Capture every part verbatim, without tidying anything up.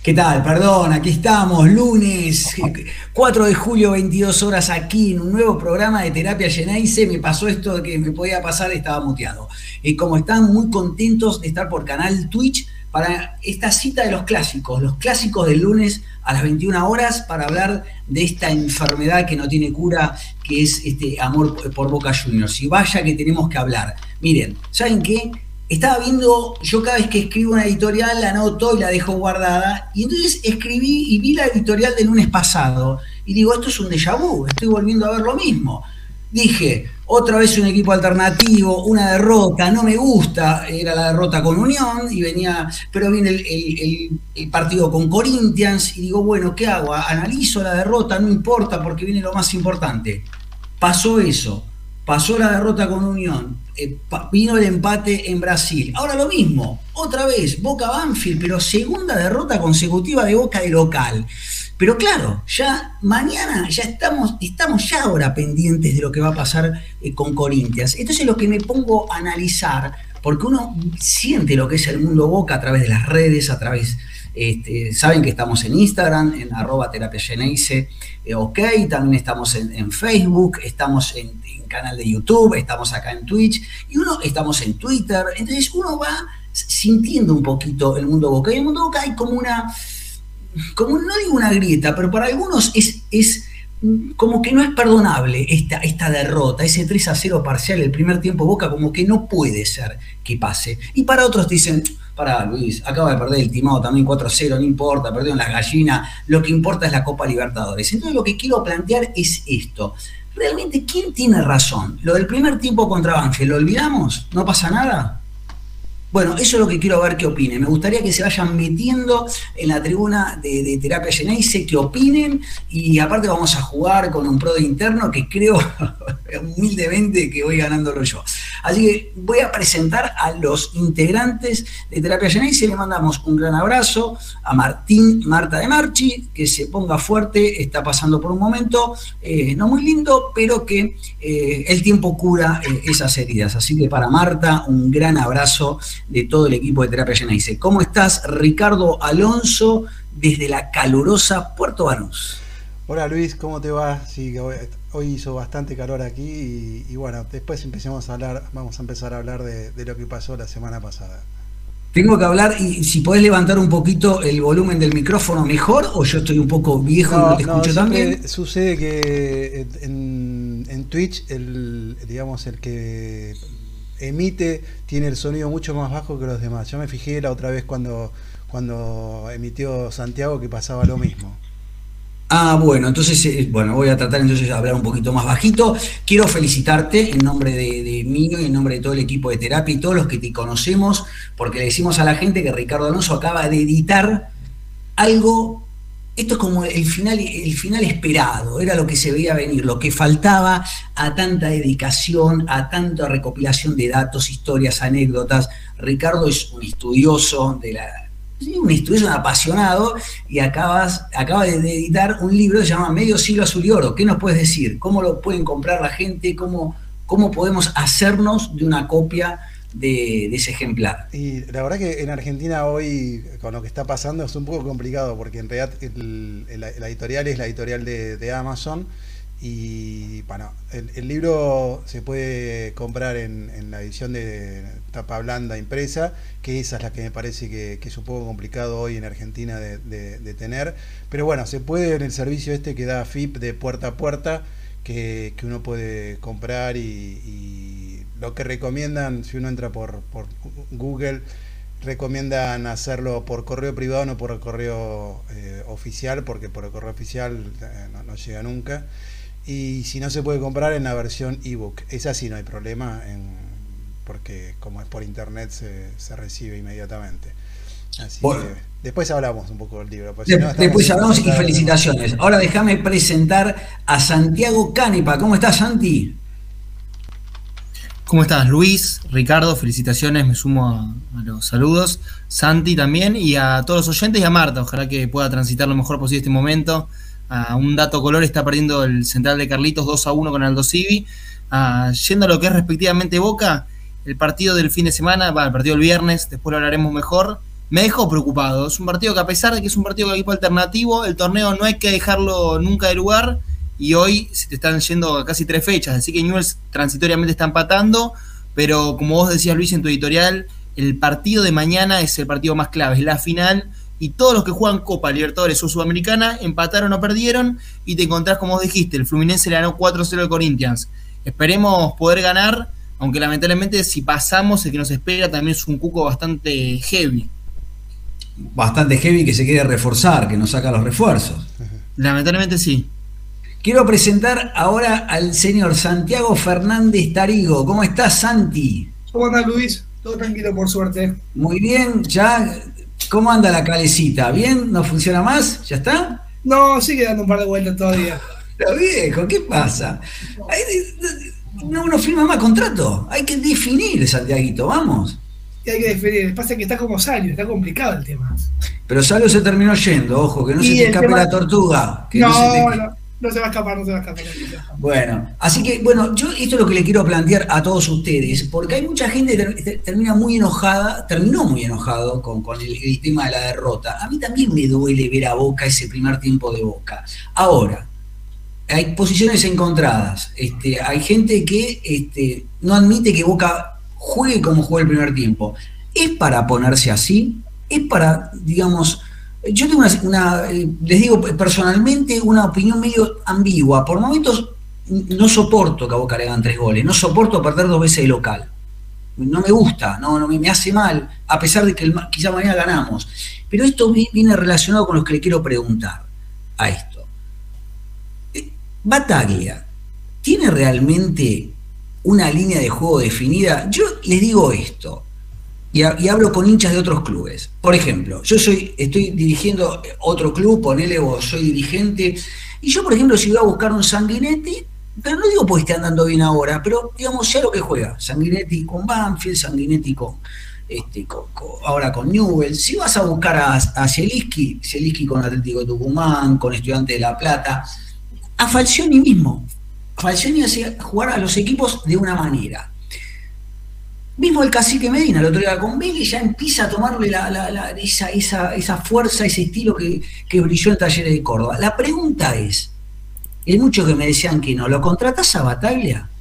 ¿Qué tal? Perdón, aquí estamos, lunes cuatro de julio, veintidós horas, aquí en un nuevo programa de Terapia Geneise. Me pasó esto de que me podía pasar, estaba muteado. Y como están muy contentos de estar por canal Twitch para esta cita de los clásicos, los clásicos del lunes a las veintiuna horas, para hablar de esta enfermedad que no tiene cura, que es este amor por Boca Juniors. Y vaya que tenemos que hablar. Miren, ¿saben qué? Estaba viendo, yo cada vez que escribo una editorial la anoto y la dejo guardada, y entonces escribí y vi la editorial del lunes pasado, y digo, esto es un déjà vu, estoy volviendo a ver lo mismo. Dije, otra vez un equipo alternativo, una derrota, no me gusta, era la derrota con Unión, y venía, pero viene el, el, el, el partido con Corinthians, y digo, bueno, ¿qué hago? Analizo la derrota, no importa, porque viene lo más importante. Pasó eso. Pasó la derrota con Unión, eh, vino el empate en Brasil. Ahora lo mismo, otra vez, Boca Banfield, pero segunda derrota consecutiva de Boca de local. Pero claro, ya mañana ya estamos, estamos ya ahora pendientes de lo que va a pasar eh, con Corinthians. Entonces lo que me pongo a analizar, porque uno siente lo que es el mundo Boca a través de las redes, a través... Este, saben que estamos en Instagram, en arroba terapia geneise, eh, ok, también estamos en, en Facebook, estamos en, en canal de YouTube, estamos acá en Twitch, y uno estamos en Twitter. Entonces uno va sintiendo un poquito el mundo Boca, y en el mundo Boca hay como una, como no digo una grieta, pero para algunos es, es como que no es perdonable esta, esta derrota, ese tres a cero parcial, el primer tiempo Boca, como que no puede ser que pase. Y para otros dicen, pará Luis, acaba de perder el Timado también cuatro a cero, no importa, perdieron las gallinas, lo que importa es la Copa Libertadores. Entonces lo que quiero plantear es esto. Realmente, ¿quién tiene razón? Lo del primer tiempo contra Banfield, ¿lo olvidamos? ¿No pasa nada? Bueno, eso es lo que quiero ver qué opinen. Me gustaría que se vayan metiendo en la tribuna de, de Terapia Geneise, que opinen, y aparte vamos a jugar con un pro de interno que creo humildemente que voy ganándolo yo. Así que voy a presentar a los integrantes de Terapia Geneise. Le mandamos un gran abrazo a Martín Marta de Marchi, que se ponga fuerte, está pasando por un momento eh, no muy lindo, pero que eh, el tiempo cura eh, esas heridas. Así que para Marta, un gran abrazo de todo el equipo de Terapia Geneise. ¿Cómo estás, Ricardo Alonso, desde la calurosa Puerto Banús? Hola Luis, ¿cómo te va? Sí, hoy, hoy hizo bastante calor aquí y, y bueno, después empecemos a hablar, vamos a empezar a hablar de, de lo que pasó la semana pasada. Tengo que hablar, y si podés levantar un poquito el volumen del micrófono mejor, o yo estoy un poco viejo no, y no te escucho no, tan bien. Sucede que en, en Twitch, el, digamos, el que emite tiene el sonido mucho más bajo que los demás. Yo me fijé la otra vez cuando, cuando emitió Santiago que pasaba lo mismo. Ah, bueno, entonces, eh, bueno, voy a tratar entonces de hablar un poquito más bajito. Quiero felicitarte en nombre de, de mío y en nombre de todo el equipo de terapia y todos los que te conocemos, porque le decimos a la gente que Ricardo Alonso acaba de editar algo. Esto es como el final, el final esperado, era lo que se veía venir, lo que faltaba a tanta dedicación, a tanta recopilación de datos, historias, anécdotas. Ricardo es un estudioso de la... Sí, un estudioso, un apasionado, y acabas, acaba de editar un libro que se llama Medio Siglo Azul y Oro. ¿Qué nos puedes decir? ¿Cómo lo pueden comprar la gente? ¿Cómo, cómo podemos hacernos de una copia de, de ese ejemplar? Y la verdad que en Argentina hoy, con lo que está pasando, es un poco complicado, porque en realidad el, el, la editorial es la editorial de, de Amazon, y bueno, el, el libro se puede comprar en, en la edición de tapa blanda impresa, que esa es la que me parece que, que es un poco complicado hoy en Argentina de, de, de tener, pero bueno, se puede en el servicio este que da F I P de puerta a puerta, que, que uno puede comprar, y, y lo que recomiendan, si uno entra por, por Google, recomiendan hacerlo por correo privado, no por el correo eh, oficial, porque por el correo oficial eh, no, no llega nunca. Y si no, se puede comprar en la versión ebook. Esa sí no hay problema, en, porque como es por internet se, se recibe inmediatamente. Así bueno, que después hablamos un poco del libro. Si no, después hablamos y felicitaciones. Ahora déjame presentar a Santiago Canepa. ¿Cómo estás, Santi? ¿Cómo estás, Luis? Ricardo, felicitaciones, me sumo a, a los saludos. Santi también, y a todos los oyentes, y a Marta, ojalá que pueda transitar lo mejor posible este momento. Uh, un dato color, está perdiendo el Central de Carlitos dos a uno con Aldo Civi. Uh, yendo a lo que es respectivamente Boca, el partido del fin de semana, va, el partido del viernes, después lo hablaremos mejor, me dejó preocupado. Es un partido que, a pesar de que es un partido de equipo alternativo, el torneo no hay que dejarlo nunca de lugar, y hoy se te están yendo casi tres fechas, así que Newell's transitoriamente está empatando, pero como vos decías, Luis, en tu editorial, el partido de mañana es el partido más clave, es la final, y todos los que juegan Copa Libertadores o Sudamericana empataron o perdieron, y te encontrás, como vos dijiste, el Fluminense le ganó cuatro cero al Corinthians. Esperemos poder ganar, aunque lamentablemente si pasamos, el que nos espera también es un cuco bastante heavy. Bastante heavy, que se quiere reforzar, que nos saca los refuerzos. Lamentablemente sí. Quiero presentar ahora al señor Santiago Fernández Tarigo. ¿Cómo estás, Santi? ¿Cómo andás, Luis? Todo tranquilo, por suerte. Muy bien, ya. ¿Cómo anda la calecita? ¿Bien? ¿No funciona más? ¿Ya está? No, sigue dando un par de vueltas todavía. Pero viejo, ¿qué pasa? No, no firma más contrato. Hay que definir, Santiaguito, vamos. Y hay que definir. Pasa que está como Salio, está complicado el tema. Pero Salio se terminó yendo, ojo, que no se te escape tema... la tortuga. Que no, no, se te... no, no se va a escapar, no se va a escapar. Bueno, así que, bueno, yo esto es lo que le quiero plantear a todos ustedes, porque hay mucha gente que termina muy enojada, terminó muy enojado con, con el, el tema de la derrota. A mí también me duele ver a Boca ese primer tiempo de Boca. Ahora, hay posiciones encontradas. Este, hay gente que este, no admite que Boca juegue como jugó el primer tiempo. ¿Es para ponerse así? ¿Es para, digamos... Yo tengo una, una, les digo personalmente, una opinión medio ambigua. Por momentos no soporto que a Boca le hagan tres goles, no soporto perder dos veces de local. No me gusta, no, no me, me hace mal, a pesar de que el, quizá mañana ganamos. Pero esto viene relacionado con lo que le quiero preguntar a esto. Battaglia, ¿tiene realmente una línea de juego definida? Yo les digo esto. Y, a, y hablo con hinchas de otros clubes. Por ejemplo, yo soy estoy dirigiendo otro club, ponele, o soy dirigente, y yo, por ejemplo, si voy a buscar un Sanguinetti, pero no digo porque esté andando bien ahora, pero digamos, ya lo que juega, Sanguinetti con Banfield, Sanguinetti con, este, con, con ahora con Newell's, si vas a buscar a, a Zielinski, Zielinski con Atlético de Tucumán, con Estudiantes de La Plata, a Falcioni mismo, Falcioni hace jugar a los equipos de una manera. Mismo el Cacique Medina, el otro día con Vélez, ya empieza a tomarle la, la, la, esa, esa, esa fuerza, ese estilo que, que brilló en Talleres de Córdoba. La pregunta es, hay muchos que me decían que no, ¿lo contratás a Battaglia?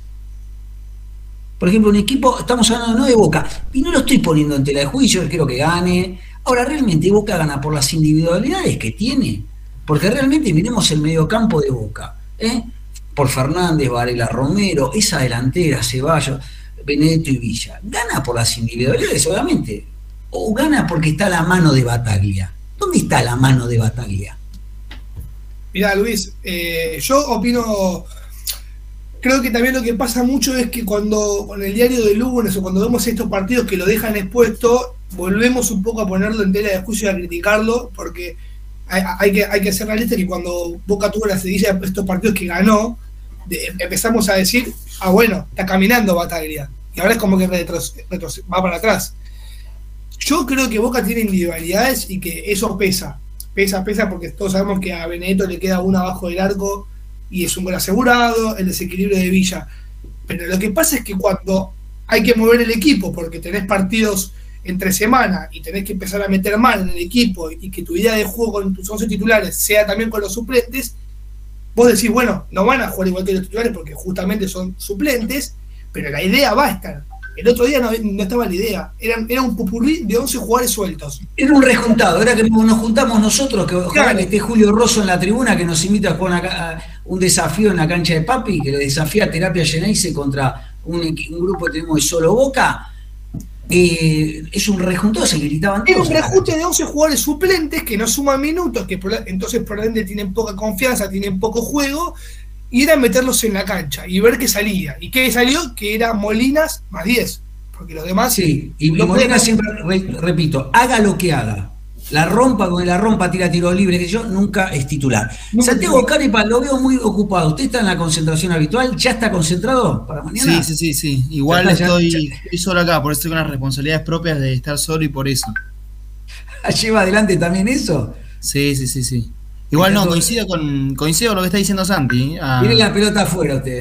Por ejemplo, un equipo, estamos hablando no de Boca, y no lo estoy poniendo en tela de juicio, quiero que gane. Ahora, ¿realmente Boca gana por las individualidades que tiene? Porque realmente miremos el mediocampo de Boca, ¿eh? Por Fernández, Varela, Romero, esa delantera, Ceballos, Benedetto y Villa. ¿Gana por las individualidades, obviamente? ¿O gana porque está la mano de Battaglia? ¿Dónde está la mano de Battaglia? Mirá, Luis, eh, yo opino, creo que también lo que pasa mucho es que cuando con el diario de lunes o cuando vemos estos partidos que lo dejan expuesto, volvemos un poco a ponerlo en tela de juicio y a criticarlo, porque hay, hay, que, hay que ser realistas que cuando Boca tuvo la seguidilla de estos partidos que ganó, de, empezamos a decir, ah bueno, está caminando Battaglia, y ahora es como que retro, retro, va para atrás. Yo creo que Boca tiene individualidades y que eso pesa, pesa, pesa, porque todos sabemos que a Benedetto le queda uno abajo del arco y es un gol asegurado, el desequilibrio de Villa. Pero lo que pasa es que cuando hay que mover el equipo, porque tenés partidos entre semana y tenés que empezar a meter mal en el equipo y que tu idea de juego con tus once titulares sea también con los suplentes, vos decís, bueno, no van a jugar igual que los titulares porque justamente son suplentes, pero la idea va a estar. El otro día no, no estaba la idea, era, era un popurrí de once jugadores sueltos. Era un rejuntado, era que nos juntamos nosotros, que ojalá claro. que esté Julio Rosso en la tribuna, que nos invita a jugar una, un desafío en la cancha de Papi, que le desafía a Terapia Geneise contra un, un grupo que tenemos de solo Boca. Eh, es un rejuntado, se gritaban todos. Era un rejunte de once jugadores suplentes que no suman minutos, que por, entonces probablemente tienen poca confianza, tienen poco juego, y era meterlos en la cancha y ver qué salía. ¿Y qué salió? Que era Molinas más diez, porque los demás... Sí, y Molinas siempre, re, repito, haga lo que haga, la rompa, con la rompa, tira tiros libres, que yo nunca es titular. No, Santiago Canepa, lo veo muy ocupado. ¿Usted está en la concentración habitual? ¿Ya está concentrado para mañana? Sí, sí, sí, sí. Igual está, estoy, ya, ya. estoy solo acá, por eso tengo unas responsabilidades propias de estar solo y por eso. ¿Lleva adelante también eso? Sí, sí, sí, sí. Igual no, coincido con, coincido con lo que está diciendo Santi. Ah, Tiene la pelota afuera usted.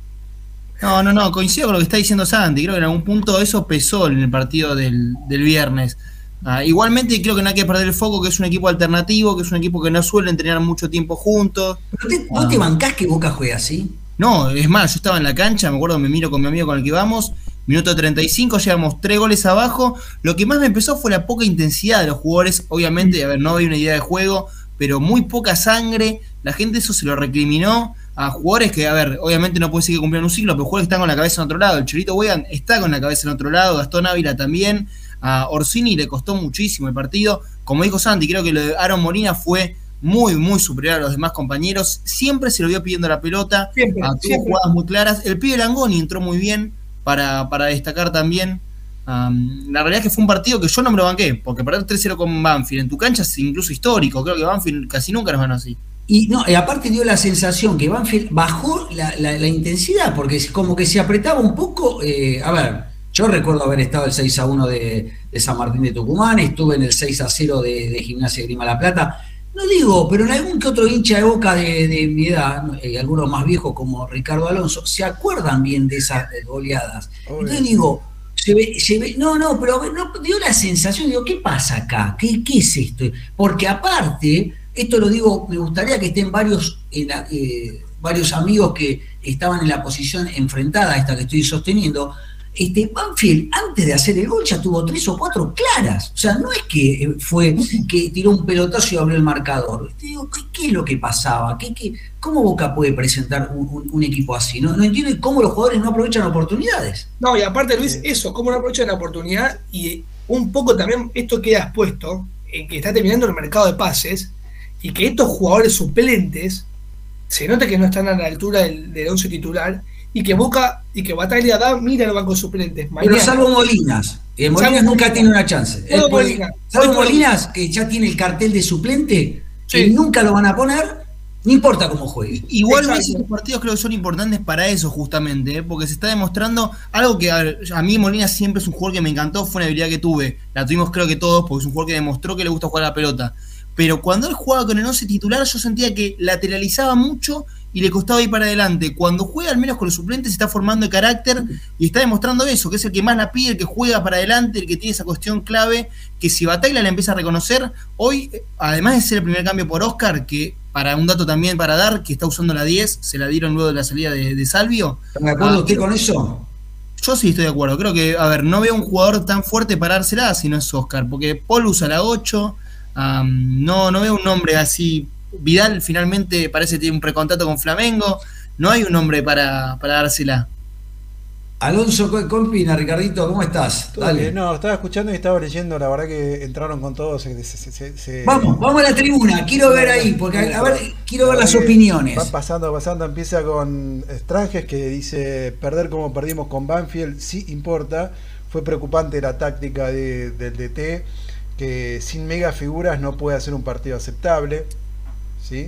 No, no, no, coincido con lo que está diciendo Santi. Creo que en algún punto eso pesó en el partido del, del viernes. Uh, igualmente creo que no hay que perder el foco, que es un equipo alternativo, que es un equipo que no suele entrenar mucho tiempo juntos. Te, ¿Vos uh, te bancás que Boca juegue así? No, es más, yo estaba en la cancha, me acuerdo, me miro con mi amigo con el que vamos, minuto treinta y cinco, llevamos tres goles abajo. Lo que más me empezó fue la poca intensidad de los jugadores. Obviamente, a ver, no había una idea de juego, pero muy poca sangre. La gente eso se lo recriminó a jugadores que, a ver, obviamente no puede ser que cumplan un ciclo, pero jugadores que están con la cabeza en otro lado. El Cholito Weigand está con la cabeza en otro lado, Gastón Ávila también. A Orsini le costó muchísimo el partido. Como dijo Santi, creo que lo de Aaron Molina fue muy, muy superior a los demás compañeros. Siempre se lo vio pidiendo la pelota, siempre, tuvo siempre. jugadas muy claras. El pibe Langoni entró muy bien para, para destacar también. Um, la realidad es que fue un partido que yo no me lo banqué, porque perder tres cero con Banfield en tu cancha es incluso histórico. Creo que Banfield casi nunca nos ganó así. Y no, y aparte dio la sensación que Banfield bajó la, la, la intensidad, porque es como que se apretaba un poco. Eh, a ver, yo recuerdo haber estado el seis a uno de, de San Martín de Tucumán, estuve en el seis a cero de, de Gimnasia de Grima La Plata. No digo, pero en algún que otro hincha de Boca de, de mi edad, eh, algunos más viejos como Ricardo Alonso, se acuerdan bien de esas goleadas. Obvio. Entonces digo, se ve, se ve, no, no, pero no, dio la sensación, digo, ¿qué pasa acá? ¿Qué, qué es esto? Porque aparte, esto lo digo, me gustaría que estén varios, eh, eh, varios amigos que estaban en la posición enfrentada a esta que estoy sosteniendo. Este Banfield, antes de hacer el gol, ya tuvo tres o cuatro claras. O sea, no es que fue que tiró un pelotazo y abrió el marcador. Te digo, ¿qué, qué es lo que pasaba? ¿Qué, qué, ¿Cómo Boca puede presentar un, un, un equipo así? No, no entiendo cómo los jugadores no aprovechan oportunidades. No, y aparte, Luis, eso, cómo no aprovechan la oportunidad, y un poco también esto queda expuesto en que está terminando el mercado de pases y que estos jugadores suplentes se nota que no están a la altura del, del once titular. Y que Boca y que Bataglia da, mira el banco de suplentes. Mañana. Pero salvo Molinas. Eh, Molinas salvo nunca Molina. tiene una chance. Salvo, Molina. salvo Molinas, que ya tiene el cartel de suplente, sí. que nunca lo van a poner, no importa cómo juegue. Igual estos partidos creo que son importantes para eso justamente, ¿eh? Porque se está demostrando algo que a, a mí Molina siempre es un jugador que me encantó, fue una habilidad que tuve. La tuvimos creo que todos, porque es un jugador que demostró que le gusta jugar a la pelota. Pero cuando él jugaba con el once titular, yo sentía que lateralizaba mucho y le costaba ir para adelante. Cuando juega al menos con los suplentes se está formando el carácter y está demostrando eso, que es el que más la pide, el que juega para adelante, el que tiene esa cuestión clave, que si Bataglia la empieza a reconocer, hoy, además de ser el primer cambio por Oscar, que para un dato también para dar, que está usando la diez, se la dieron luego de la salida de, de Salvio. ¿Está de acuerdo ah, usted con eso? Yo sí estoy de acuerdo, creo que, a ver, no veo un jugador tan fuerte para dársela si no es Oscar, porque Paul usa la ocho, um, no, no veo un nombre así. Vidal finalmente parece que tiene un precontrato con Flamengo. No hay un nombre para, para dársela. Alonso, ¿qué opina, Ricardito? ¿Cómo estás? Dale. No, estaba escuchando y estaba leyendo. La verdad que entraron con todos. Se, se, se, se... Vamos, vamos a la tribuna. Quiero ver ahí, porque a ver, quiero ver las opiniones. Va pasando, pasando. Empieza con Stranges, que dice: perder como perdimos con Banfield sí importa. Fue preocupante la táctica de, del D T, que sin mega figuras no puede hacer un partido aceptable. ¿Sí?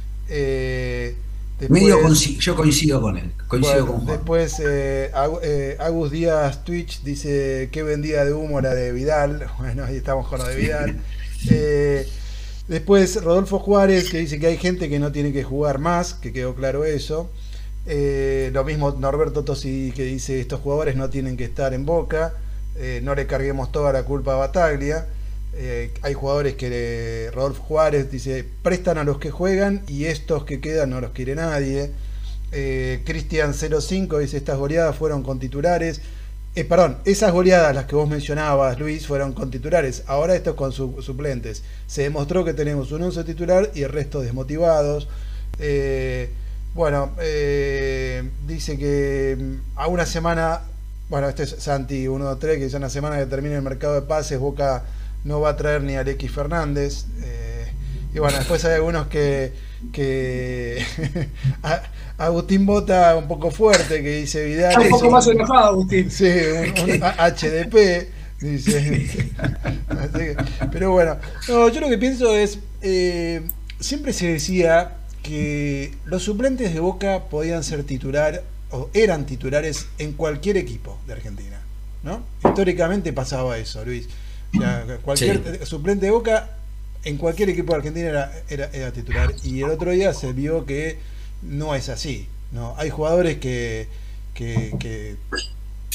Eh, después, Medio coincido, yo coincido con él, coincido bueno, con Juan. Después eh, eh, Agus Díaz Twitch dice: qué vendida de humo la de Vidal. Bueno, ahí estamos con lo de Vidal. eh, después Rodolfo Juárez, que dice que hay gente que no tiene que jugar más, que quedó claro eso. Eh, lo mismo Norberto Tosi, que dice: estos jugadores no tienen que estar en Boca, eh, no le carguemos toda la culpa a Bataglia. Eh, hay jugadores que eh, Rodolfo Juárez dice: prestan a los que juegan y estos que quedan no los quiere nadie. eh, Cristian cero cinco dice: estas goleadas fueron con titulares, eh, perdón, esas goleadas las que vos mencionabas, Luis, fueron con titulares, ahora esto es con su, suplentes. Se demostró que tenemos un once titular y el resto desmotivados. eh, bueno, eh, dice que a una semana, bueno, este es Santi uno dos tres, que dice: una semana que termine el mercado de pases, Boca no va a traer ni a Alexis Fernández. Eh, y bueno, después hay algunos que, que Agustín Bota un poco fuerte, que dice: Vidal está un poco más enojado, Agustín. Sí, un, un H D P, dice. Pero bueno, no, yo lo que pienso es, eh, siempre se decía que los suplentes de Boca podían ser titular o eran titulares en cualquier equipo de Argentina, ¿no? Históricamente pasaba eso, Luis. O sea, cualquier sí. suplente de Boca en cualquier equipo de Argentina era, era, era titular, y el otro día se vio que no es así, ¿no? Hay jugadores que, que, que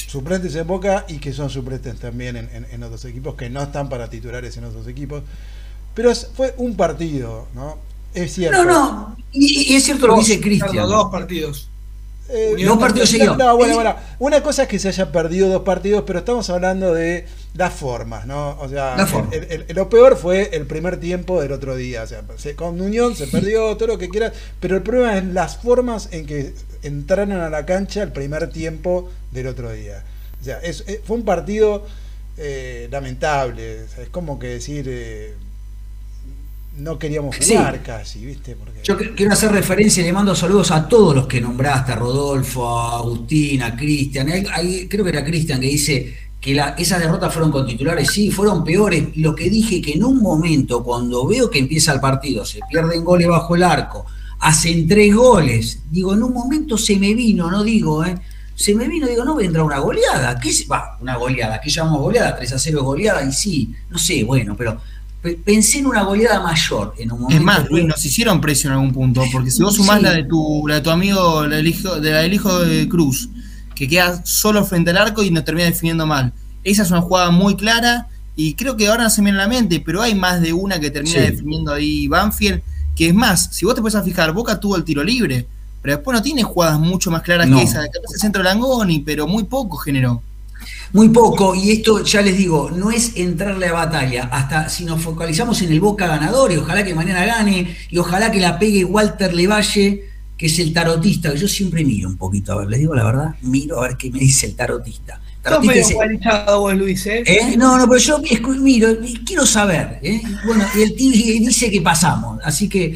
suplentes en Boca y que son suplentes también en, en, en otros equipos, que no están para titulares en otros equipos. Pero fue un partido, ¿no? Es cierto. No, no, y, y es cierto lo que dice Cristian. Dos partidos. Eh, dos partidos seguidos. No, bueno, bueno, una cosa es que se haya perdido dos partidos, pero estamos hablando de las formas, ¿no? O sea, el, el, el, lo peor fue el primer tiempo del otro día. O sea, se, con Unión se perdió todo lo que quieras, pero el problema es las formas en que entraron a la cancha el primer tiempo del otro día. O sea, es, es, fue un partido eh, lamentable. O sea, es como que decir... Eh, no queríamos jugar sí. casi, ¿viste? Porque... Yo quiero hacer referencia y le mando saludos a todos los que nombraste, a Rodolfo, a Agustín, a Cristian. Hay, hay, creo que era Cristian que dice que la, esas derrotas fueron con titulares. Sí, fueron peores. Lo que dije que en un momento, cuando veo que empieza el partido, se pierden goles bajo el arco, hacen tres goles, digo, en un momento se me vino, no digo, ¿eh? Se me vino, digo, no vendrá una goleada. ¿Qué es? Va, una goleada. ¿Qué llamamos goleada? tres a cero goleada, y sí, no sé, bueno, pero... Pensé en una goleada mayor en un momento. Es más, Luis, nos hicieron precio en algún punto, porque si vos sumás sí. la de tu la de tu amigo, la del hijo, de la del hijo de Cruz, que queda solo frente al arco y nos termina definiendo mal. Esa es una jugada muy clara, y creo que ahora no se me viene a la mente, pero hay más de una que termina sí. definiendo ahí Banfield, que es más, si vos te puedes fijar, Boca tuvo el tiro libre, pero después no tiene jugadas mucho más claras no. que esa, capaz el centro de Langoni, pero muy poco generó. Muy poco, y esto ya les digo, no es entrarle a batalla, hasta si nos focalizamos en el Boca ganador, y ojalá que mañana gane, y ojalá que la pegue Walter Levalle, que es el tarotista, que yo siempre miro un poquito, a ver, les digo la verdad, miro a ver qué me dice el tarotista. tarotista medio cualificado vos, Luis, ¿eh? ¿eh? No, no, pero yo miro, quiero saber, ¿eh? Bueno, y el tío dice que pasamos, así que...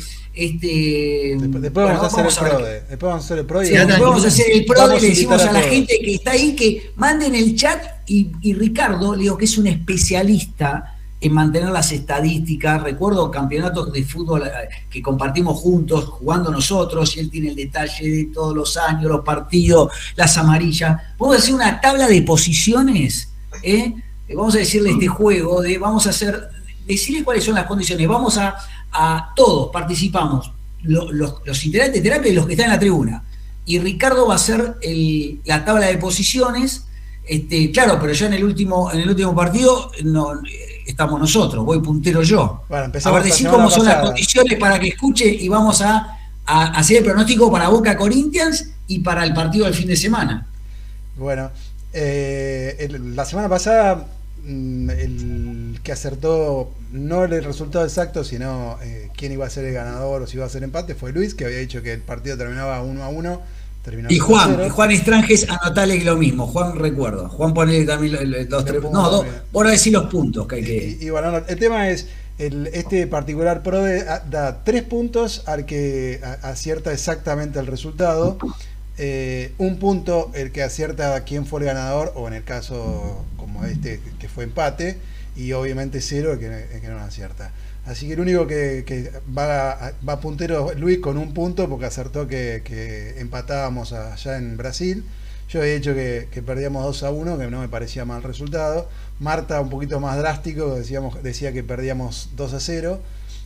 Este, después, después bueno, vamos, a vamos hacer el PRODE. Después vamos a hacer el PRODE. Sí, después vamos a hacer el PRODE y le decimos a, a la gente que está ahí que manden el chat y, y Ricardo, le digo que es un especialista en mantener las estadísticas. Recuerdo campeonatos de fútbol que compartimos juntos, jugando nosotros, y él tiene el detalle de todos los años, los partidos, las amarillas. Vamos a hacer una tabla de posiciones, ¿eh? Vamos a decirle este juego, de vamos a hacer, decirle cuáles son las condiciones, vamos a a todos participamos, los, los, los integrantes de terapia y los que están en la tribuna. Y Ricardo va a hacer el, la tabla de posiciones, este, claro, pero ya en el último, en el último partido no, estamos nosotros, voy puntero yo. Bueno, a ver, decir cómo son pasada. Las condiciones para que escuche y vamos a, a hacer el pronóstico para Boca Corinthians y para el partido del fin de semana. Bueno, eh, el, la semana pasada el que acertó no el resultado exacto, sino eh, quién iba a ser el ganador o si iba a ser empate, fue Luis, que había dicho que el partido terminaba uno a uno. Y Juan, y Juan Estranges, anotale lo mismo. Juan, recuerdo. Juan pone también los, los tres. No, dos, por decir los puntos que hay que. Y, y bueno, el tema es: el, este particular PRODE da tres puntos al que acierta exactamente el resultado. Eh, un punto el que acierta quién fue el ganador, o en el caso como este que fue empate, y obviamente cero el que, el que no acierta. Así que el único que, que va, va puntero es Luis con un punto, porque acertó que, que empatábamos allá en Brasil. Yo he dicho que, que perdíamos dos a uno, que no me parecía mal resultado. Marta un poquito más drástico, decíamos, decía que perdíamos dos a cero.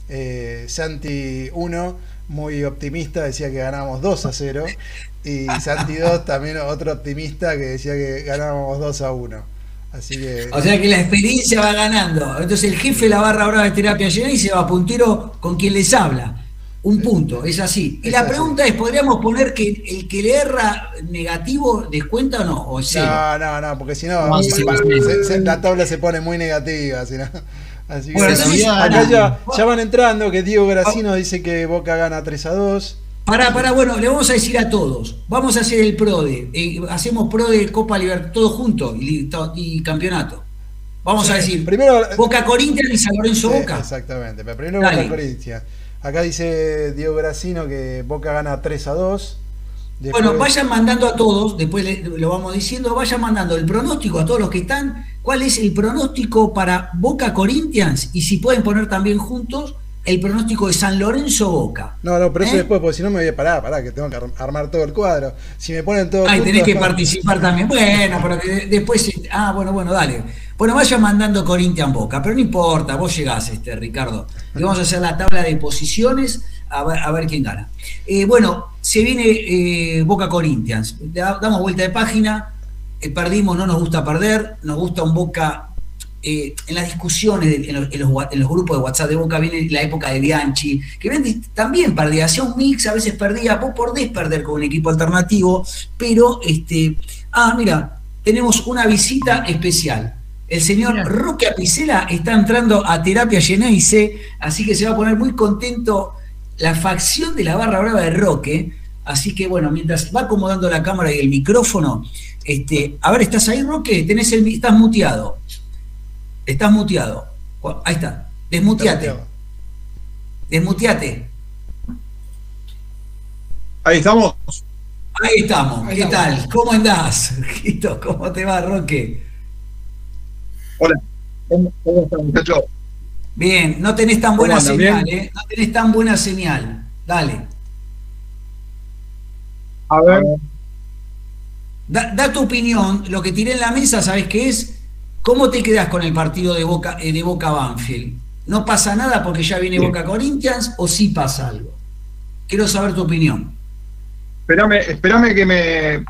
Eh, Santi uno, muy optimista, decía que ganábamos dos a cero. Y Santi dos, también otro optimista, que decía que ganábamos dos a uno. Así que, o sea que la experiencia va ganando. Entonces el jefe de la barra brava de terapia llena y se va puntero con quien les habla. Un punto, es así. Y es la así. Pregunta es, ¿podríamos poner que el que le erra negativo descuenta o no? ¿O cero? No, no, no, porque si no, no se, se, se, la tabla se pone muy negativa. Si no. Así que, bueno, entonces, acá ya, ya van entrando, que Diego Gracino dice que Boca gana tres a dos. Pará, pará, bueno, le vamos a decir a todos, vamos a hacer el PRODE, eh, hacemos PRODE Copa Libertad, todos juntos, y, y campeonato. Vamos sí, a decir, primero, Boca Corinthians y San Lorenzo sí, Boca. Exactamente, pero primero Dale. Boca Corinthians. Acá dice Diego Gracino que Boca gana tres a dos. Después... Bueno, vayan mandando a todos, después le, lo vamos diciendo, vayan mandando el pronóstico a todos los que están, cuál es el pronóstico para Boca Corinthians, y si pueden poner también juntos el pronóstico de San Lorenzo Boca. No, no, pero eso ¿Eh? después, porque si no me voy a parar, pará, que tengo que armar todo el cuadro. Si me ponen todo. Ay, tenés que participar también. Bueno, pero que después. Ah, bueno, bueno, dale. Bueno, vayan mandando Corinthians Boca, pero no importa, vos llegás, este, Ricardo. Y vamos a hacer la tabla de posiciones a ver, a ver quién gana. Eh, bueno, se viene eh, Boca Corinthians. Damos vuelta de página. eh, perdimos, no nos gusta perder, nos gusta un Boca. Eh, en las discusiones, de, en, los, en, los, en los grupos de WhatsApp de Boca viene la época de Bianchi, que ven, también perdía, hacía un mix, a veces perdía, vos podés perder con un equipo alternativo, pero, este, ah, mira, tenemos una visita especial. El señor Mira. Roque Apicella está entrando a Terapia Geneise, así que se va a poner muy contento la facción de la barra brava de Roque. Así que bueno, mientras va acomodando la cámara y el micrófono, este, a ver, ¿estás ahí, Roque? Tenés el, estás muteado. Estás muteado. Ahí está. Desmuteate. Desmuteate. Ahí estamos. Ahí estamos. Ahí ¿Qué estamos. tal? ¿Cómo andás? ¿Cómo te va, Roque? Hola. ¿Cómo, cómo estás, muchachos? Bien, no tenés tan buena ¿Cómo andan? señal, ¿Bien? ¿eh? No tenés tan buena señal. Dale. A ver. Da, da tu opinión. Lo que tiré en la mesa, ¿sabés qué es? ¿Cómo te quedás con el partido de Boca, eh, de Boca Banfield? ¿No pasa nada porque ya viene Sí. Boca Corinthians o sí pasa algo? Quiero saber tu opinión. Espérame, espérame que me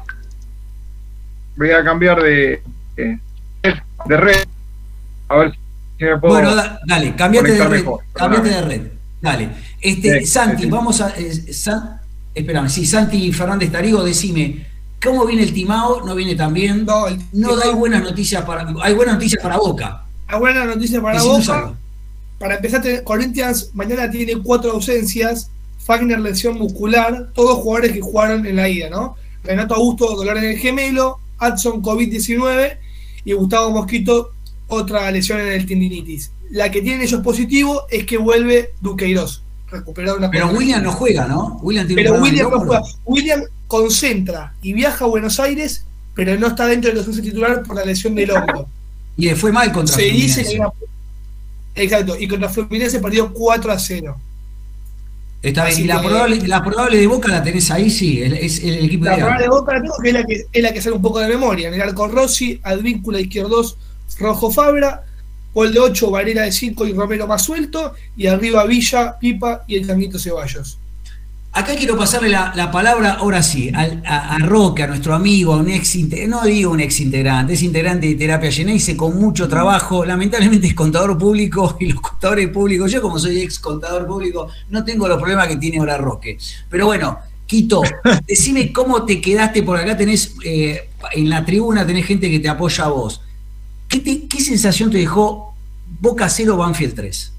voy a cambiar de, de, de red. A ver si me puedo. Bueno, da, dale, cambiate de conectar red. mejor, Cambiate de perdóname. red. Dale. Este, Sí, Santi, sí, sí. vamos a. Eh, San, espérame, sí, Santi Fernández Tarigo, decime, ¿cómo viene el Timao? ¿No viene tan bien? No, el No Timao- hay buenas noticias para. Hay buenas noticias para Boca. La buena noticia para Decinos Boca. algo. Para empezar, te- Corinthians mañana tiene cuatro ausencias. Fagner, lesión muscular. Todos jugadores que jugaron en la ida, ¿no? Renato Augusto, dolor en el gemelo. Adson, COVID diecinueve. Y Gustavo Mosquito, otra lesión en el tendinitis. La que tienen ellos positivo es que vuelve Duqueiroz, recuperado una Pero columna. William no juega, ¿no? William tiene Pero un problema William de no hombro. juega. William concentra y viaja a Buenos Aires, pero no está dentro de los once titular por la lesión del hombro. Y le fue mal contra Se dice Fluminense. que una- Exacto, y contra Fluminense perdió cuatro a cero. Está bien. Así Y la que- probable, la probable de Boca la tenés ahí, sí. el- Es el, equipo La ideal. probable de Boca la tengo, que es la que, es la que sale un poco de memoria. En el arco Rossi, Advíncula izquierdos, Rojo Fabra, Paul de ocho, Varela de cinco y Romero más suelto, y arriba Villa, Pipa y el Tanguito Ceballos. Acá quiero pasarle la, la palabra, ahora sí, al- a, a Roque, a nuestro amigo, a un ex inte- no digo un ex integrante, es integrante de Terapia Geneise con mucho trabajo, lamentablemente es contador público y los contadores públicos, yo como soy ex contador público, no tengo los problemas que tiene ahora Roque. Pero bueno, Quito, decime cómo te quedaste, por acá tenés, eh, en la tribuna tenés gente que te apoya a vos. ¿Qué, te- qué sensación te dejó Boca cero, Banfield tres?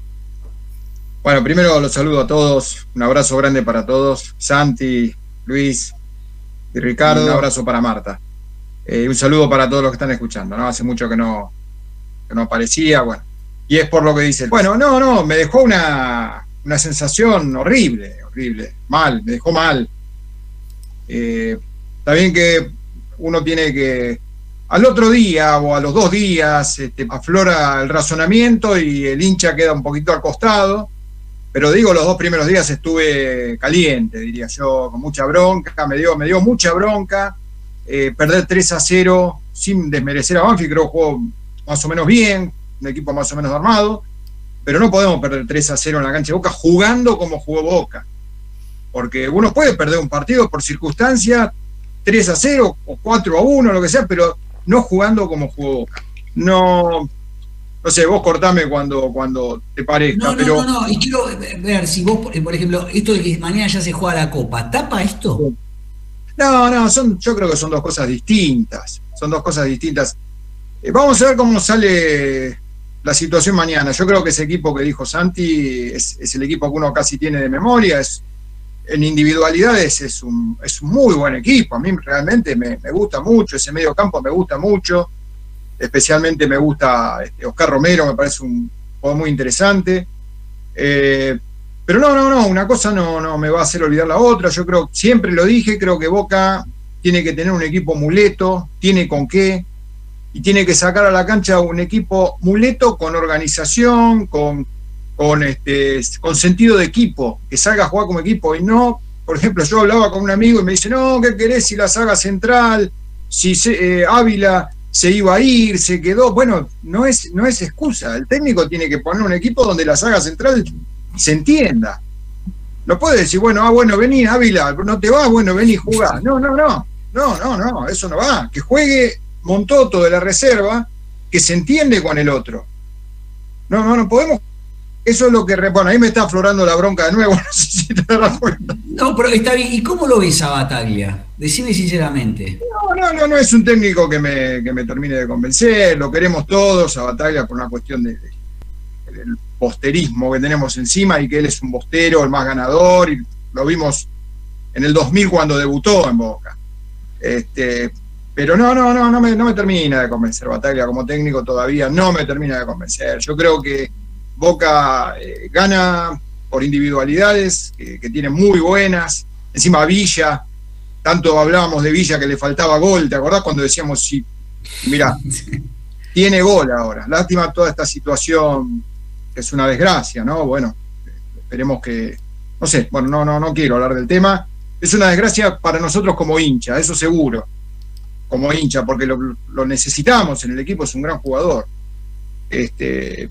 Bueno, primero los saludo a todos. Un abrazo grande para todos. Santi, Luis y Ricardo. Y un abrazo para Marta. Eh, un saludo para todos los que están escuchando, ¿no? Hace mucho que no, que no aparecía, bueno. Y es por lo que dice. Bueno, no, no, me dejó una, una sensación horrible, horrible, mal, me dejó mal. Eh, está bien que uno tiene que, al otro día o a los dos días, este, aflora el razonamiento y el hincha queda un poquito al costado. Pero digo, los dos primeros días estuve caliente, diría yo, con mucha bronca, me dio, me dio mucha bronca. Eh, perder tres a cero sin desmerecer a Banfield, creo que jugó más o menos bien, un equipo más o menos armado, pero no podemos perder tres a cero en la cancha de Boca jugando como jugó Boca, porque uno puede perder un partido por circunstancia, tres a cero o cuatro a uno, lo que sea, pero no jugando como jugó Boca. No, no sé, vos cortame cuando, cuando te parezca, No, no, pero... no, no, y quiero ver si vos, por ejemplo, esto de que mañana ya se juega la Copa, ¿tapa esto? No, no, son, yo creo que son dos cosas distintas. Son dos cosas distintas. Eh, vamos a ver cómo sale la situación mañana. Yo creo que ese equipo que dijo Santi es, es el equipo que uno casi tiene de memoria. Es, en individualidades es un, es un muy buen equipo. A mí realmente me, me gusta mucho. Ese medio campo me gusta mucho. Especialmente me gusta este, Oscar Romero, me parece un jugador muy interesante. Eh, Pero no, no, no, una cosa no, no me va a hacer olvidar la otra. Yo creo, siempre lo dije, creo que Boca tiene que tener un equipo muleto, tiene con qué, y tiene que sacar a la cancha un equipo muleto con organización, con, con, este, con sentido de equipo, que salga a jugar como equipo y no, por ejemplo, yo hablaba con un amigo y me dice, no, ¿qué querés si la saga central, si se, eh, Ávila se iba a ir, se quedó? Bueno, no es, no es excusa, el técnico tiene que poner un equipo donde la saga central se entienda. No puede decir, bueno, ah, bueno, vení, Ávila, no te vas, bueno, vení, jugá. No, no, no. No, no, no, eso no va. Que juegue Montoto de la reserva, que se entiende con el otro. No, no, no podemos. Eso es lo que. Bueno, ahí me está aflorando la bronca de nuevo, no sé si te das cuenta. No, pero está bien. ¿Y cómo lo ves a Battaglia? Decime sinceramente. No, no, no, no es un técnico que me, que me termine de convencer. Lo queremos todos a Battaglia por una cuestión de, de, del posterismo que tenemos encima y que él es un bostero, el más ganador. Y lo vimos en el dos mil cuando debutó en Boca. Este, pero no, no, no, no me, no me termina de convencer Battaglia como técnico todavía. No me termina de convencer. Yo creo que Boca eh, gana por individualidades que, que tiene muy buenas. Encima Villa, tanto hablábamos de Villa que le faltaba gol, ¿te acordás cuando decíamos sí? Mirá, tiene gol ahora. Lástima toda esta situación, que es una desgracia, ¿no? Bueno, esperemos que, no sé, bueno, no, no, no quiero hablar del tema. Es una desgracia para nosotros como hincha, eso seguro, como hincha, porque lo, lo necesitamos en el equipo, es un gran jugador. Este.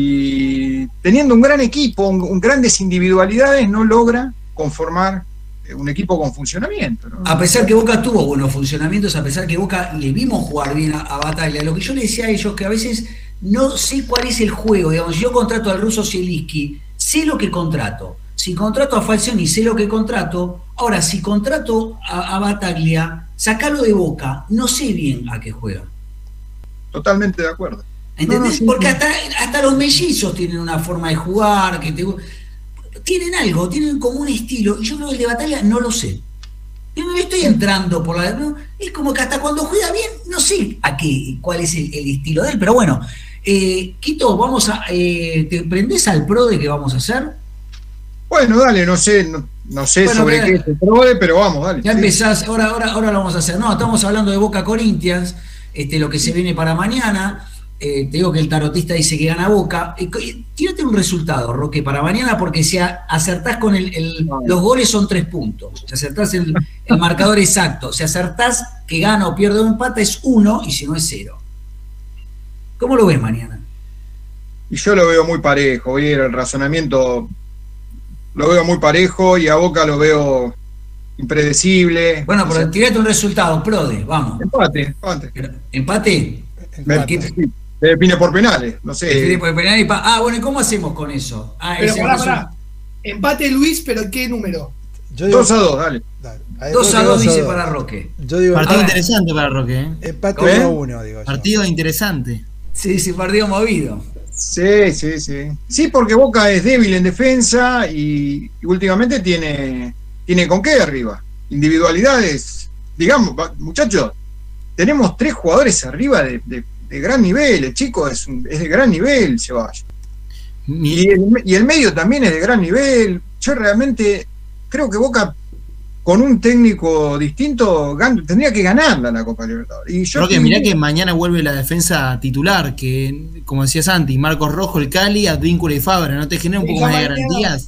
Y teniendo un gran equipo, un, un grandes individualidades, no logra conformar un equipo con funcionamiento, ¿no? A pesar que Boca tuvo buenos funcionamientos, a pesar que Boca le vimos jugar bien a, a Battaglia, lo que yo le decía a ellos que a veces no sé cuál es el juego, digamos, yo contrato al ruso Zielinski, sé lo que contrato, si contrato a Falcioni sé lo que contrato, ahora si contrato a, a Battaglia, sacalo de Boca, no sé bien a qué juega. Totalmente de acuerdo. ¿Entendés? No, no, sí, Porque sí. hasta, hasta los mellizos tienen una forma de jugar, que te, tienen algo, tienen como un estilo, y yo creo que el de Battaglia no lo sé. Yo me estoy entrando por la. ¿no? Es como que hasta cuando juega bien, no sé a qué, cuál es el, el estilo de él, pero bueno. Eh, Quito, vamos a. Eh, ¿Te prendés al pro de qué vamos a hacer? Bueno, dale, no sé, no, no sé Bueno, sobre mira, qué es el PRODE, pero vamos, dale. Ya sí. empezás, ahora, ahora, ahora lo vamos a hacer. No, estamos hablando de Boca Corinthians, este, lo que se viene para mañana. Eh, te digo que el tarotista dice que gana Boca. Eh, tírate un resultado, Roque, para mañana, porque si acertás con el, el los goles son tres puntos. Si acertás el, el marcador exacto, si acertás que gana o pierde o empata es uno, y si no es cero. ¿Cómo lo ves mañana? Y yo lo veo muy parejo, oye, el razonamiento lo veo muy parejo y a Boca lo veo impredecible. Bueno, pero o sea, tirate un resultado, Prode, vamos. empate, empate. ¿Empate? Me, Empate. sí, se define por penales, no sé. Ah, bueno, ¿y cómo hacemos con eso? Ah, Pero ese pará, resu- pará. Empate Luis, pero ¿qué número? Yo digo, dos a dos, dale. dale, ahí dos vos a dos decís dice para Roque. Yo digo Partido Ah, interesante para Roque, ¿eh? empate ¿Cómo? uno a uno, digo yo. Partido interesante. Sí, sí, partido movido. Sí, sí, sí. Sí, porque Boca es débil en defensa y, y últimamente tiene, tiene con qué arriba. Individualidades, digamos, va- muchachos, tenemos tres jugadores arriba de, de- de gran nivel. El chico es, un- es de gran nivel, Ceballos. Mi- Y el, y el medio también es de gran nivel. Yo realmente creo que Boca, con un técnico distinto, gan- tendría que ganarla la Copa Libertadores. Y yo Roque, estoy- mirá que mañana vuelve la defensa titular, que como decía Santi, Marcos Rojo, el Cali, Advíncula y Fabra, ¿no te genera un Sí, poco ya más de mañana- garantías?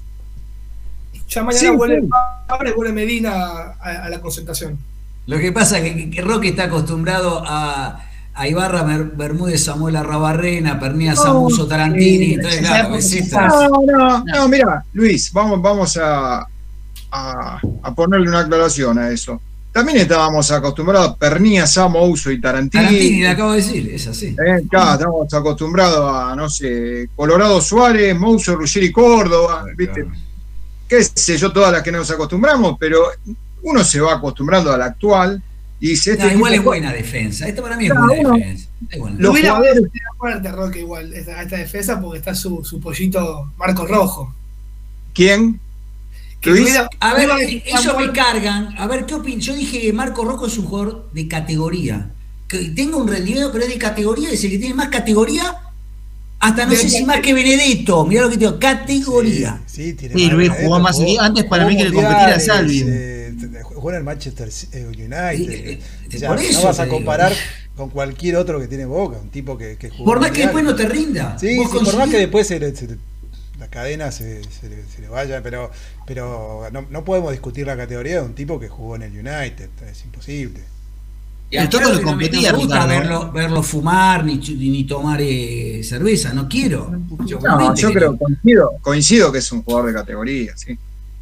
Ya mañana Sí, vuelve sí. Fabra y vuelve Medina a, a la concentración. Lo que pasa es que, que Roque está acostumbrado a, a Ibarra, Mer- Bermúdez, Samuel Arrabarrena, Pernía, Samuso, Tarantini. sí, Entonces, sí, claro, sí, es sí, esto. No, no, no, mira, Luis, vamos, vamos a, a, a ponerle una aclaración a eso. También estábamos acostumbrados a Pernía, Samo, Uso y Tarantini. Tarantini, le acabo de decir, es así. Eh, claro, estamos acostumbrados a, no sé, Colorado Suárez, Mouso, Ruggeri, Córdoba, ¿viste? Claro. Qué sé yo, todas las que nos acostumbramos, pero uno se va acostumbrando al actual y dice, este No, igual es equipo- buena defensa. Esto para mí es Claro, buena uno- defensa. Es buena. Los Hubiera jugadores- sido fuerte, Roque, igual, esta, esta defensa, porque está su, su pollito Marcos Rojo. ¿Quién? Que Luis, hubiera- A ver, hubiera- eh, ellos me cargan. A ver, ¿qué opinan? Yo dije que Marco Rojo es un jugador de categoría. Que tenga un rendimiento, pero es de categoría. Es el que tiene más categoría. Hasta no De- sé si más que Benedetto. Mirá lo que te digo, categoría. Sí, sí, tiene Sí, más Luis de jugó más jugó- aquí. Antes para jugó mí que le competía a mundiales, Salvio. eh, jugó en el Manchester eh, United. Eh, eh, O sea, por eso no vas te a digo. comparar con cualquier otro que tiene Boca, un tipo que, que jugó. Por más que mundiales. después no te rinda. Sí, Vos sí, por más conseguís- que después se le- se le- la cadena se, se le, se le vaya, pero pero no, no podemos discutir la categoría de un tipo que jugó en el United, es imposible. Y El Toto aparte le no me- competía, no me gusta Ricardo, ¿eh? verlo, verlo fumar ni, chu- ni tomar eh, cerveza, no quiero. Yo, no, obviamente yo que creo, no. coincido, coincido que es un jugador de categoría, sí.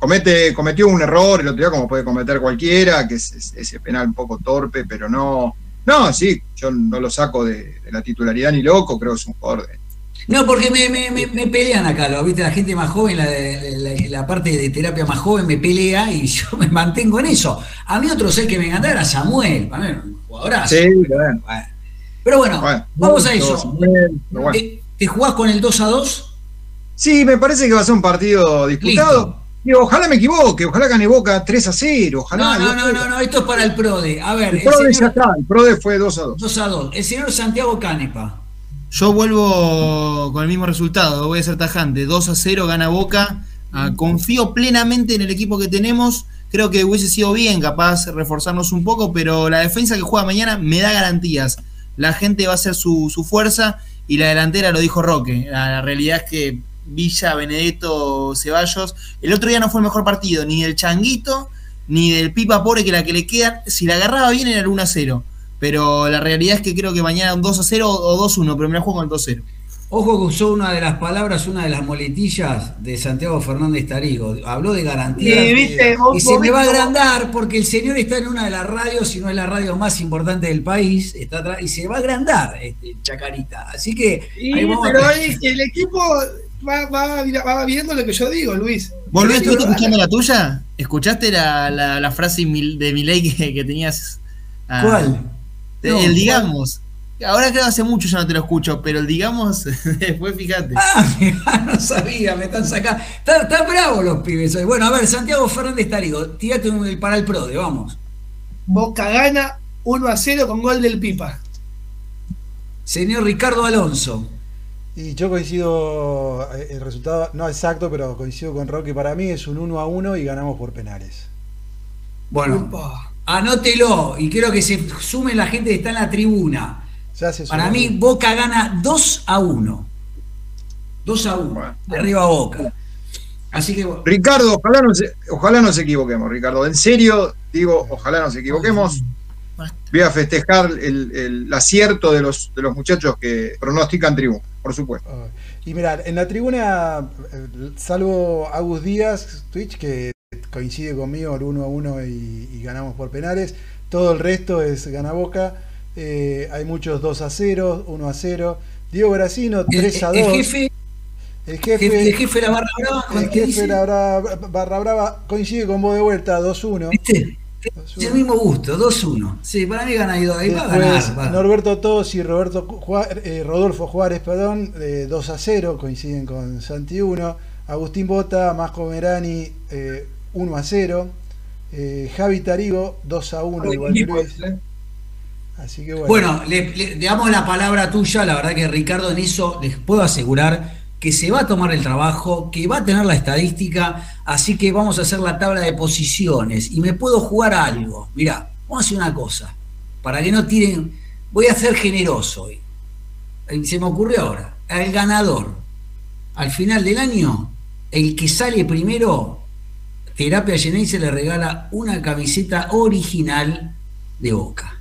comete, cometió un error el otro día, como puede cometer cualquiera, que es, es ese penal un poco torpe, pero no, no, sí, yo no lo saco de, de la titularidad ni loco, creo que es un jugador de... No, porque me, me, me, me pelean acá, ¿lo viste? La gente más joven, la, la, la parte de terapia más joven me pelea y yo me mantengo en eso. A mí otro ser que me encantaba era Samuel, para mí, un jugadorazo. Sí, pero bueno. bueno. Pero bueno, bueno vamos a eso. Samuel, bueno. ¿Te, ¿Te jugás con el dos a dos? Sí, me parece que va a ser un partido disputado. Listo. Digo, ojalá me equivoque, ojalá gane Boca tres a cero. Ojalá, No, no, no, no, no, esto es para el PRODE. A ver, el, el PRODE señor, ya está, el PRODE fue dos a dos. dos a dos. El señor Santiago Canepa. Yo vuelvo con el mismo resultado, voy a ser tajante, dos a cero gana Boca, ah, confío plenamente en el equipo que tenemos, creo que hubiese sido bien capaz reforzarnos un poco, pero la defensa que juega mañana me da garantías, la gente va a hacer su, su fuerza y la delantera lo dijo Roque, la, la realidad es que Villa, Benedetto, Ceballos, el otro día no fue el mejor partido, ni del Changuito, ni del Pipa Pobre, que la que le queda, si la agarraba bien era el uno a cero. Pero la realidad es que creo que mañana un dos a cero o dos a uno, pero me la juego con el dos a cero. Ojo que usó una de las palabras, una de las moletillas de Santiago Fernández Tarigo. Habló de garantía. Sí, ¿viste? Y se me va a agrandar porque el señor está en una de las radios, si no es la radio más importante del país, está atrás, y se va a agrandar, este, Chacarita. Así que... Sí, ahí vamos pero a... es que el equipo va, va, va viendo lo que yo digo, Luis. ¿Vos, Luis, estuviste escuchando la tuya? ¿Escuchaste la, la, la frase de Milei que, que tenías? Ah, ¿Cuál? No, el digamos. Ahora creo que hace mucho ya no te lo escucho, pero el digamos, después fíjate. Ah, mirá, no sabía, me están sacando. Están, están bravos los pibes hoy. Bueno, a ver, Santiago Fernández Tarigo, tírate un, para el PRODE, vamos. Boca gana uno a cero con gol del Pipa. Señor Ricardo Alonso. Y yo coincido, el resultado no exacto, pero coincido con Roque, para mí es un uno a uno y ganamos por penales. Bueno. Upa. Anótelo y quiero que se sume la gente que está en la tribuna. Para mí, Boca gana dos a uno. dos a uno. Bueno. Arriba Boca. Así que. Ricardo, ojalá no se, ojalá nos equivoquemos, Ricardo. En serio, digo, ojalá nos equivoquemos. Voy a festejar el, el acierto de los, de los muchachos que pronostican triunfo, por supuesto. Y mirá, en la tribuna, salvo Agus Díaz, Twitch, que coincide conmigo el uno a uno y, y ganamos por penales, todo el resto es gana Boca. Eh, hay muchos dos a cero, uno a cero. Diego Gracino, tres a dos. El jefe, el jefe, jefe, el jefe de la Barra Brava, el jefe de la Barra, Barra Brava coincide con vos de vuelta, dos a uno. ¿Viste? Es el mismo gusto, dos a uno. Sí, para mí gana ahí, ahí va a ganar. Va. Norberto Tos y Roberto Juárez, eh, Rodolfo Juárez, perdón, eh, dos a cero, coinciden con Santi uno. Agustín Bota, Masco Merani, eh, uno a cero. Eh, Javi Tarigo, dos a uno, igual que Luis. Así que bueno. Bueno, le, le, le damos la palabra tuya. La verdad que Ricardo, en eso les puedo asegurar que se va a tomar el trabajo, que va a tener la estadística, así que vamos a hacer la tabla de posiciones y me puedo jugar algo. Mirá, vamos a hacer una cosa, para que no tiren, voy a ser generoso hoy. Se me ocurrió ahora, al ganador, al final del año, el que sale primero, Terapia Yenay se le regala una camiseta original de Boca.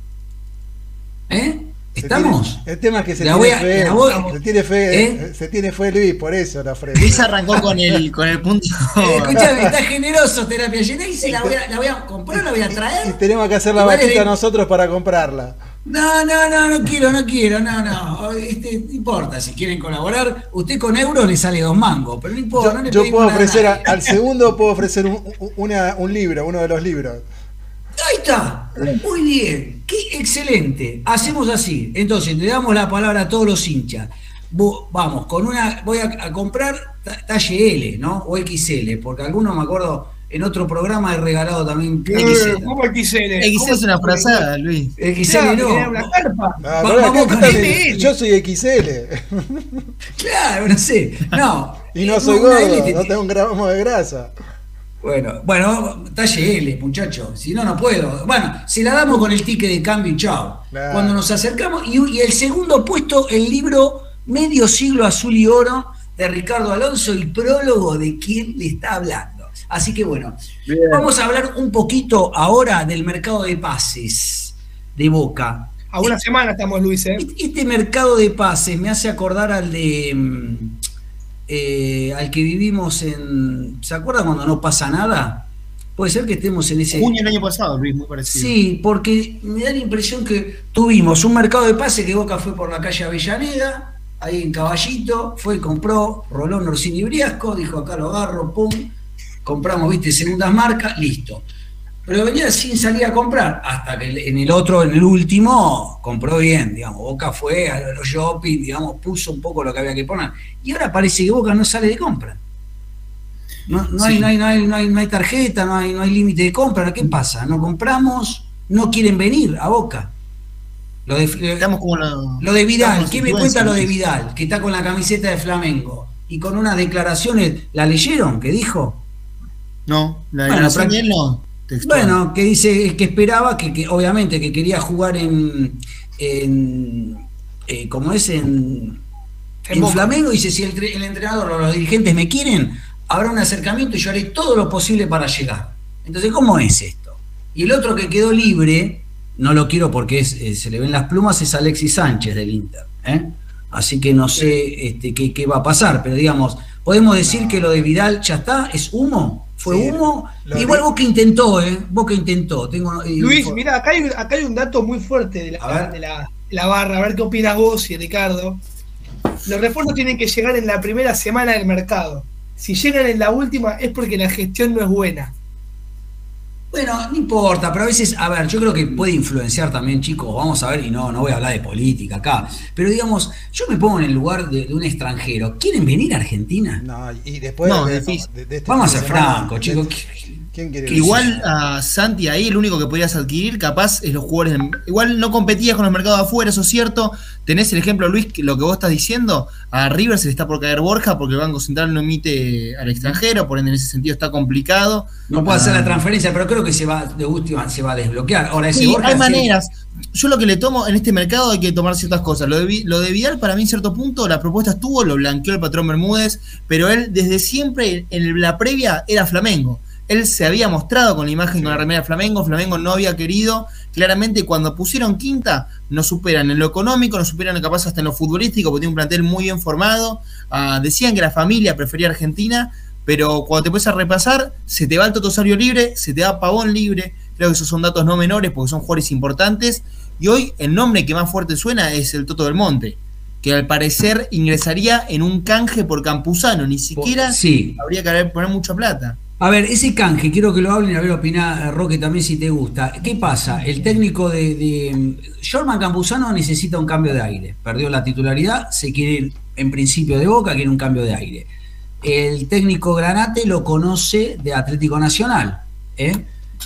¿Eh? ¿Estamos? Se tiene, el tema es que se la tiene, a, fe, voy, se tiene fe, ¿eh? se tiene fe Luis, por eso la ofrece. Luis arrancó con el, con el punto. Eh, escúchame, está generoso Terapia Yenay, se la voy a, la voy a comprar, la voy a traer. Y tenemos que hacer la vaquita de... nosotros para comprarla. No, no, no, no quiero, no quiero, no, no. Este, no importa, si quieren colaborar, usted con euros le sale dos mangos, pero no importa. Yo, no le yo puedo ofrecer, a, al segundo puedo ofrecer un, una, un libro, uno de los libros. Ahí está, muy bien, qué excelente. Hacemos así, entonces le damos la palabra a todos los hinchas. Vamos, con una, voy a, a comprar talle L, ¿no? O X L, porque algunos me acuerdo en otro programa he regalado también X L. ¿Cómo X L? X L es una frazada, Luis. X L no. Una carpa. Ah, Va, vamos con M L. Yo soy X L. Claro, no sé. No. Y no soy gordo, no tengo un gramo de grasa. Bueno, bueno, talle L, muchachos, si no, no puedo. Bueno, se la damos con el ticket de cambio y chao. Claro. Cuando nos acercamos, y, y el segundo puesto, el libro Medio Siglo Azul y Oro, de Ricardo Alonso, el prólogo de quién le está hablando. Así que bueno, bien. Vamos a hablar un poquito ahora del mercado de pases de Boca. A una semana estamos, Luis, ¿eh? Este mercado de pases me hace acordar al de... eh, al que vivimos en... ¿Se acuerdan cuando no pasa nada? Puede ser que estemos en ese... Junio del año pasado, Luis, muy parecido. Sí, porque me da la impresión que tuvimos un mercado de pase que Boca fue por la calle Avellaneda, ahí en Caballito, fue y compró Rolón, Orsini y Briasco, dijo acá lo agarro, pum, compramos, viste, segundas marcas, listo. Pero venía sin salir a comprar, hasta que en el otro, en el último, compró bien, digamos, Boca fue a los shopping, digamos, puso un poco lo que había que poner. Y ahora parece que Boca no sale de compra. No, no, hay, Sí. no, hay, no, hay, no, hay, no hay tarjeta, no hay, no hay límite de compra. ¿Qué pasa? No compramos, no quieren venir a Boca. Lo de, Estamos como la- lo de Vidal, estamos ¿qué me influencia, cuenta lo de Luis. Vidal? Que está con la camiseta de Flamengo y con unas declaraciones, ¿la leyeron? ¿Qué dijo? No, la Bueno, declaración pero- de él no. Textual. Bueno, que dice que esperaba, que, que obviamente que quería jugar en, en eh, como es en, En en Boca. Flamengo, dice, si el, tre- el entrenador o los dirigentes me quieren, habrá un acercamiento y yo haré todo lo posible para llegar. Entonces, ¿cómo es esto? Y el otro que quedó libre, no lo quiero porque es, eh, se le ven las plumas, es Alexis Sánchez del Inter, ¿eh? Así que no sé este, qué, qué va a pasar, pero digamos, podemos decir No. que lo de Vidal ya está, es humo, fue Sí, humo. lo Igual de- Boca intentó, ¿eh? Boca intentó. Tengo, eh, Luis, info- mira, acá hay, acá hay un dato muy fuerte de A la, ver. de la, la barra, a ver qué opinas vos y Ricardo. Los refuerzos tienen que llegar en la primera semana del mercado. Si llegan en la última es porque la gestión no es buena. Bueno, no importa, pero a veces, a ver, yo creo que puede influenciar también, chicos, vamos a ver, y no, no voy a hablar de política acá, pero digamos, yo me pongo en el lugar de, de un extranjero. ¿Quieren venir a Argentina? No, y después No, de, es difícil. de- de este Vamos a fin ser de semana, francos, de- chicos. ¿Quién quiere Que venir? Igual a Santi ahí el único que podrías adquirir capaz es los jugadores del- igual no competías con los mercados de afuera, eso es cierto. Tenés el ejemplo, Luis, que lo que vos estás diciendo, a River se le está por caer Borja porque el Banco Central no emite al extranjero, por ende en ese sentido está complicado. No puedo hacer Ah, la transferencia, pero creo que se va, de última, se va a desbloquear. Ahora ese Sí, Borja hay sí- maneras. Yo lo que le tomo en este mercado hay que tomar ciertas cosas. Lo de, Vi- lo de Vidal, para mí, en cierto punto, la propuesta estuvo, lo blanqueó el patrón Bermúdez, pero él desde siempre, en la previa, era Flamengo. Él se había mostrado con la imagen con la remera de Flamengo, Flamengo no había querido. Claramente, cuando pusieron quinta, nos superan en lo económico, nos superan capaz hasta en lo futbolístico, porque tiene un plantel muy bien formado. Ah, decían que la familia prefería Argentina, pero cuando te puedes a repasar, se te va el Toto Osorio libre, se te va Pavón libre. Creo que esos son datos no menores porque son jugadores importantes. Y hoy el nombre que más fuerte suena es el Toto del Monte, que al parecer ingresaría en un canje por Campuzano. Ni siquiera Sí. habría que haber- poner mucha plata. A ver, ese canje, quiero que lo hablen, a ver, opina Roque también si te gusta. ¿Qué pasa? El técnico de, de Jorman Campuzano necesita un cambio de aire. Perdió la titularidad, se quiere ir en principio de Boca, quiere un cambio de aire. El técnico Granate lo conoce de Atlético Nacional, ¿eh?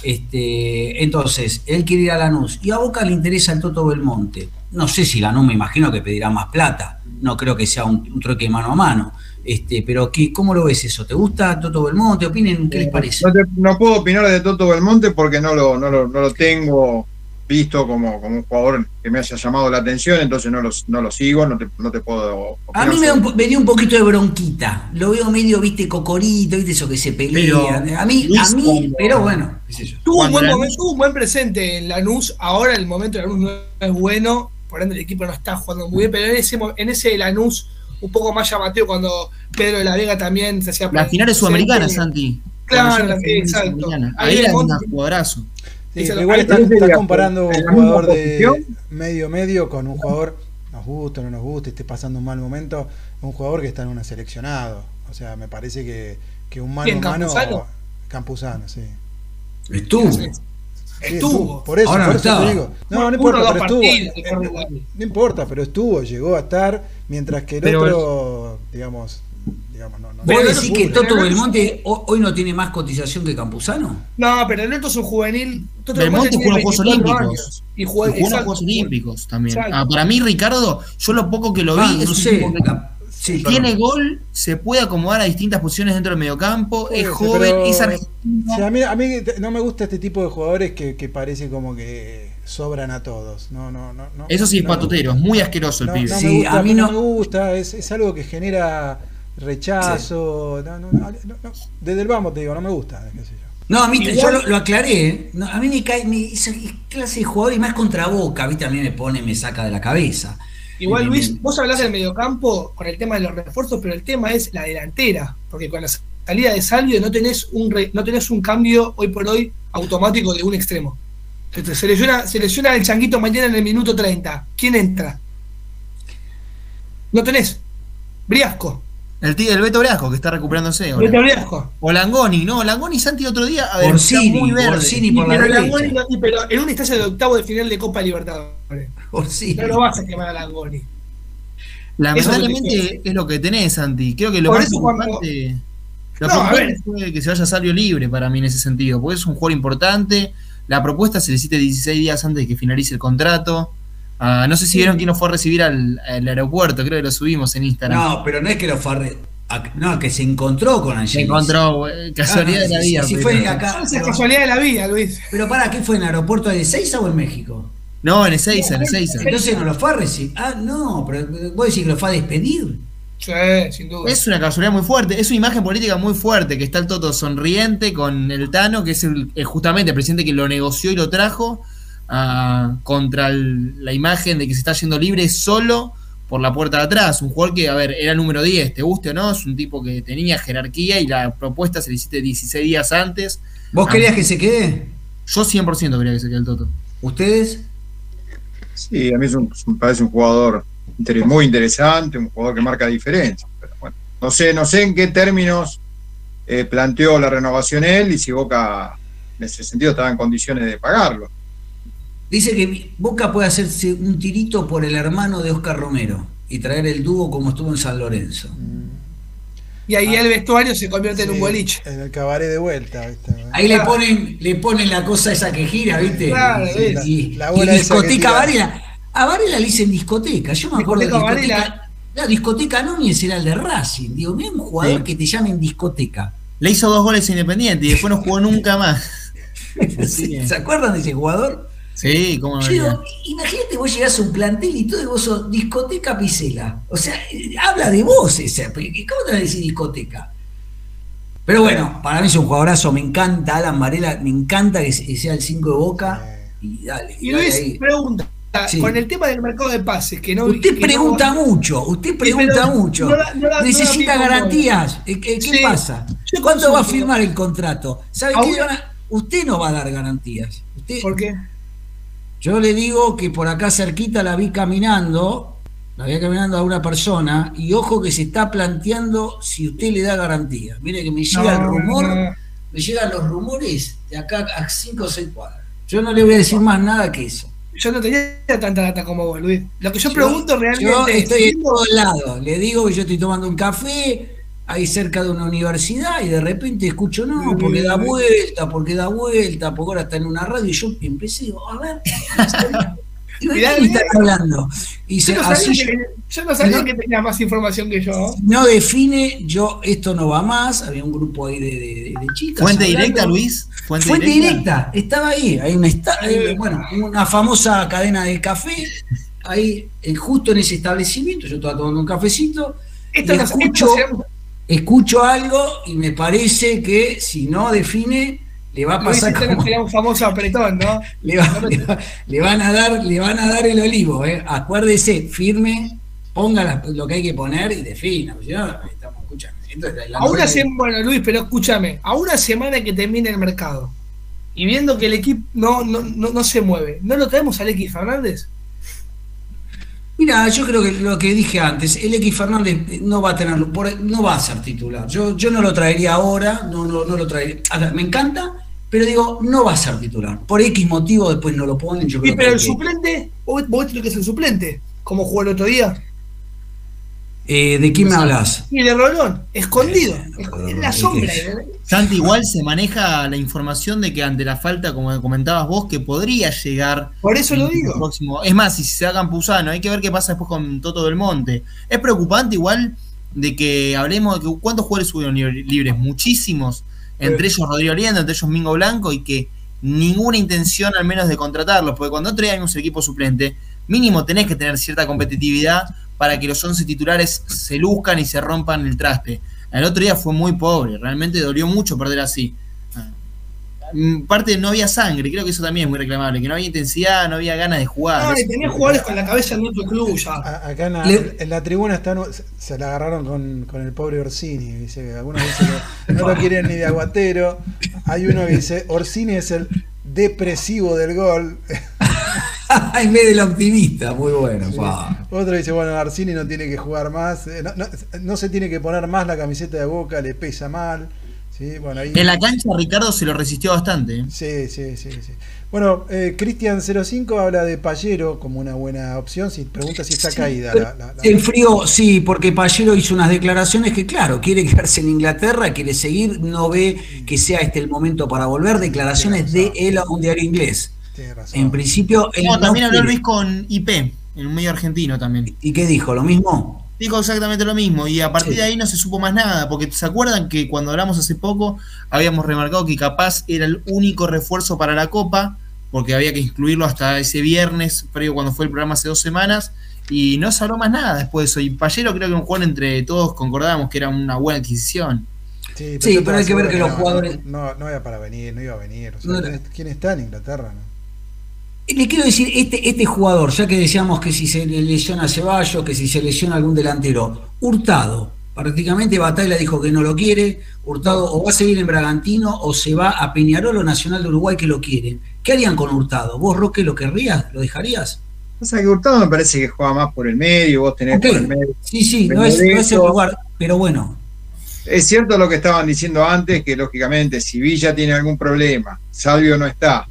Este, entonces, él quiere ir a Lanús y a Boca le interesa el Toto Belmonte. No sé si Lanús, me imagino que pedirá más plata. No creo que sea un, un trueque mano a mano. Este, pero ¿qué, ¿cómo lo ves eso? ¿Te gusta Toto Belmonte? Opinen, ¿qué les parece? No, te- no puedo opinar de Toto Belmonte porque no lo, no lo, no lo tengo visto como, como un jugador que me haya llamado la atención, entonces no, los, no lo sigo, no te, no te puedo A opinar mí me, da un, sobre- po- me dio un poquito de bronquita. Lo veo medio, viste, cocorito, viste, eso que se pelean. Pero, a mí, Luis, a mí, cuando- pero bueno, qué sé yo. Tuvo un, Cuando buen Lanús- momento, tuvo un buen presente en Lanús. Ahora el momento de Lanús no es bueno, por ende el equipo no está jugando muy bien, pero en ese, mo- en ese Lanús un poco más llamativo cuando Pedro de la Vega también se hacía Las finales presente. sudamericanas, Santi. Claro, Cuando son las sí, finales exacto. sudamericanas. Ahí Ahí el era un Monte- jugadorazo. Sí, Eso pero lo- igual ahí estás, parece estás que comparando en un la jugador misma de posición. medio medio con un jugador, nos gusta o no nos gusta, esté pasando un mal momento, un jugador que está en un seleccionado. O sea, me parece que, que un mano ¿Quién, a mano. Campuzano? Campuzano, sí. Estuvo. Sí, Estuvo. Por eso, Ahora por no eso te estaba. digo. No, no Uno o importa, dos pero estuvo. partidos, Eh, Ricardo Gali. No importa, pero estuvo, llegó a estar, mientras que el Pero otro, digamos, digamos, no, no. ¿Vos Pero decís no que ocurre. Toto Belmonte ho- hoy no tiene más cotización que Campuzano? No, pero el otro es un juvenil. Toto Belmonte tiene jugó en los Juegos veinticuatro Olímpicos. años. Y Y jugó, jugó en los exacto. Juegos Olímpicos también. Exacto. Ah, para mí, Ricardo, yo lo poco que lo vi Ah, es no un sé. tipo que la- sí, tiene perdón. gol, se puede acomodar a distintas posiciones dentro del mediocampo, Puede es ser, joven, pero- es argentino. Sí, a, mí, a mí no me gusta este tipo de jugadores que, que parece como que sobran a todos. No, no, no, no. Eso sí es no, patotero, es muy asqueroso el No, pibe. no Sí, me gusta, a a mí mí no no- me gusta, es, es algo que genera rechazo. No, no, no, no, no. Desde el vamos te digo, no me gusta, qué sé yo. No, a mí te- yo Igual- lo, lo aclaré. ¿eh? No, a mí me cae, me, esa clase de jugador y más contra Boca, ¿viste? A mí me pone, me saca de la cabeza. Igual, Bien, Luis, bien. vos hablás del mediocampo con el tema de los refuerzos, pero el tema es la delantera, porque con la salida de Salvio no tenés un re, no tenés un cambio hoy por hoy automático de un extremo. Entonces, se lesiona, se lesiona el Changuito mañana en el minuto treinta. ¿Quién entra? No tenés. Briasco. El tío del Beto Briasco, que está recuperándose. Beto Briasco. O Langoni, no, Langoni Santi otro día. A ver, Orsini, está muy verde. Orsini por la Pero, derecha. Langoni no- pero en una instancia de octavo de final de Copa Libertadores. Orsini. No lo vas a quemar a Langoni. Lamentablemente Eso es lo que tenés, Santi. Creo que lo Por más eso cuando- importante. Lo No, a preocupante ver. fue que se vaya Salvio libre para mí en ese sentido, porque es un jugador importante. La propuesta se le hiciste dieciséis días antes de que finalice el contrato. Ah, no sé si vieron quién nos fue a recibir al, al aeropuerto, creo que lo subimos en Instagram. No, pero no es que lo farre. No, que se encontró con Angelis. Se encontró, eh, casualidad Ah, de la sí, vida. sí, pero- fue acá. Esa es casualidad de la vida, Luis. Pero para, ¿qué fue en el aeropuerto de Ezeiza o en México? No, en Ezeiza, en Ezeiza. Entonces no lo fue a recibir. Ah, no, pero vos decís que lo fue a despedir. Sí, sin duda. Es una casualidad muy fuerte, es una imagen política muy fuerte, que está el Toto sonriente con el Tano, que es, el, es justamente el presidente que lo negoció y lo trajo, ah, contra el- la imagen de que se está yendo libre solo por la puerta de atrás. Un jugador que, a ver, era número diez, te guste o no, es un tipo que tenía jerarquía y la propuesta se le hiciste dieciséis días antes. ¿Vos Ah, querías que se quede? Yo cien por ciento quería que se quede el Toto. ¿Ustedes? Sí, a mí es un- me parece un jugador inter- muy interesante, un jugador que marca diferencia. Pero bueno, no sé, no sé en qué términos eh, planteó la renovación él y si Boca en ese sentido estaba en condiciones de pagarlo. Dice que Boca puede hacerse un tirito por el hermano de Oscar Romero y traer el dúo como estuvo en San Lorenzo. Y ahí el vestuario se convierte en Sí, un boliche. en el cabaret de vuelta, ¿viste? Ahí le ponen, le ponen la cosa esa que gira, ¿viste? Claro, y, es. y- La y bola esa que discoteca tira. Varela. A Varela le dicen discoteca. Yo me acuerdo de Discoteca discoteca. Varela. La discoteca Núñez era el de Racing. Digo, mira un jugador Sí. que te llamen discoteca. Le hizo dos goles a Independiente y después no jugó nunca más. Así que- ¿Se acuerdan de ese jugador? Sí, cómo no. Yo olvidar. digo, imagínate vos llegás a un plantel y todo y vos sos discoteca Picela. O sea, eh, habla de vos ese. ¿Cómo te vas a decir discoteca? Pero bueno, para mí es un jugadorazo, me encanta Alan Varela, me encanta que sea el cinco de Boca. Y dale. Y dale Luis ahí. pregunta, Sí. con el tema del mercado de pases, que no... Usted que pregunta no- mucho, usted pregunta pero mucho. no la- no la- no Necesita la pico garantías. Eh, ¿Qué, qué Sí. pasa? Yo ¿Cuándo va a consulto. firmar el contrato? ¿Sabe Aún- qué? Van a- Usted no va a dar garantías. Usted, ¿Por qué? Yo le digo que por acá cerquita la vi caminando, la vi caminando a una persona, y ojo que se está planteando si usted le da garantía. Mire que me llega el No, rumor, no. me llegan los rumores de acá a cinco o seis cuadras. Yo no le voy a decir más nada que eso. Yo no tenía tanta data como vos, Luis. Lo que yo, Yo- pregunto realmente Yo es, estoy en viendo- todos lados. Le digo que yo estoy tomando un café ahí cerca de una universidad y de repente escucho, no, porque da vuelta, porque da vuelta, porque ahora está en una radio y yo empecé, digo, a ver, ¿y de Mirá, qué mirá. están hablando? Y yo se- no así sabía, que, yo no sabía que tenía más información que yo. no define, yo esto no va más, había un grupo ahí de, de, de- de chicas. ¿Fuente hablando. directa, Luis? ¿Fuente, Fuente directa, estaba ahí, hay una, esta- hay, bueno, una famosa cadena de café, ahí eh, justo en ese establecimiento, yo estaba tomando un cafecito, Esto y no, escucho, esto escucho algo y me parece que si no define, le va a Luis, pasar esto no como, sería un famoso apretón, ¿no? le, va- le va- le van a dar, le van a dar el olivo, eh. Acuérdese, firme, ponga las- lo que hay que poner y defina, porque si no, estamos escuchando. Entonces, la A una novela- semana, bueno, Luis, pero escúchame, a una semana que termine el mercado y viendo que el equipo no, no, no, no se mueve, ¿no lo traemos al X Fernández? Mira, yo creo que lo que dije antes, el X Fernández no va a tenerlo, por- no va a ser titular. Yo, yo no lo traería ahora, no, no, no lo traería. Ahora, me encanta, pero digo, no va a ser titular. Por X motivo después no lo ponen. Yo Sí, creo pero que- el suplente, vos vos lo que es el suplente, como jugó el otro día. Eh, ¿De quién me hablas? Y de Rolón, escondido, Eh, es- Rolón, en la ¿qué sombra. es? ¿eh? Santi, igual se maneja la información de que ante la falta, como comentabas vos, que podría llegar. Por eso lo en el digo. próximo. Es más, si se haga Campuzano, hay que ver qué pasa después con Toto del Monte. Es preocupante igual de que hablemos de que cuántos jugadores subieron libres, muchísimos, entre ellos Rodrigo Liendo, entre ellos Mingo Blanco, y que ninguna intención al menos de contratarlos, porque cuando traemos el equipo suplente, mínimo tenés que tener cierta competitividad para que los once titulares se luzcan y se rompan el traste. El otro día fue muy pobre, realmente dolió mucho perder así. parte no había sangre, creo que eso también es muy reclamable, que no había intensidad, no había ganas de jugar. No, y tenía jugadores con la cabeza en otro club ya. A, acá en la, Le... en la tribuna están, se la agarraron con, con el pobre Orsini, dice, algunos dicen que no lo quieren ni de aguatero, hay uno que dice, Orsini es el depresivo del gol. En vez del optimista, muy bueno. Sí. Wow. Otro dice, bueno, Orsini no tiene que jugar más, no, no, no se tiene que poner más la camiseta de Boca, le pesa mal. Sí, bueno, ahí... En la cancha Ricardo se lo resistió bastante. ¿eh? Sí, sí, sí, sí. Bueno, eh, Cristian cero cinco habla de Payero como una buena opción. Si pregunta si está sí, caída. La, la, la... El frío, sí, porque Payero hizo unas declaraciones que, claro, quiere quedarse en Inglaterra, quiere seguir, no ve que sea este el momento para volver. Declaraciones de él a un diario inglés. Tiene razón. En principio. Él no, no también habló quiere. Luis con I P, en un medio argentino también. ¿Y qué dijo? ¿Lo mismo? Dijo exactamente lo mismo, y a partir sí. de ahí no se supo más nada, porque ¿se acuerdan que cuando hablamos hace poco habíamos remarcado que capaz era el único refuerzo para la Copa, porque había que incluirlo hasta ese viernes, previo cuando fue el programa hace dos semanas, y no se habló más nada después de eso, y Payero creo que un jugador entre todos concordamos que era una buena adquisición. Sí, pero, sí, pero hay que ver que no, los jugadores... No, no, no iba para venir, no iba a venir, o sea, no, ¿quién está en Inglaterra? ¿No? Le quiero decir, este, este jugador, ya que decíamos que si se lesiona Ceballos, que si se lesiona algún delantero, Hurtado, prácticamente Batalla dijo que no lo quiere, Hurtado o va a seguir en Bragantino o se va a Peñarol o Nacional de Uruguay que lo quieren. ¿Qué harían con Hurtado? ¿Vos, Roque, lo querrías? ¿Lo dejarías? O sea que Hurtado me parece que juega más por el medio, vos tenés okay. por el medio. Sí, sí, no es, no es el lugar, pero bueno. Es cierto lo que estaban diciendo antes, que lógicamente si Villa tiene algún problema, Salvio no está,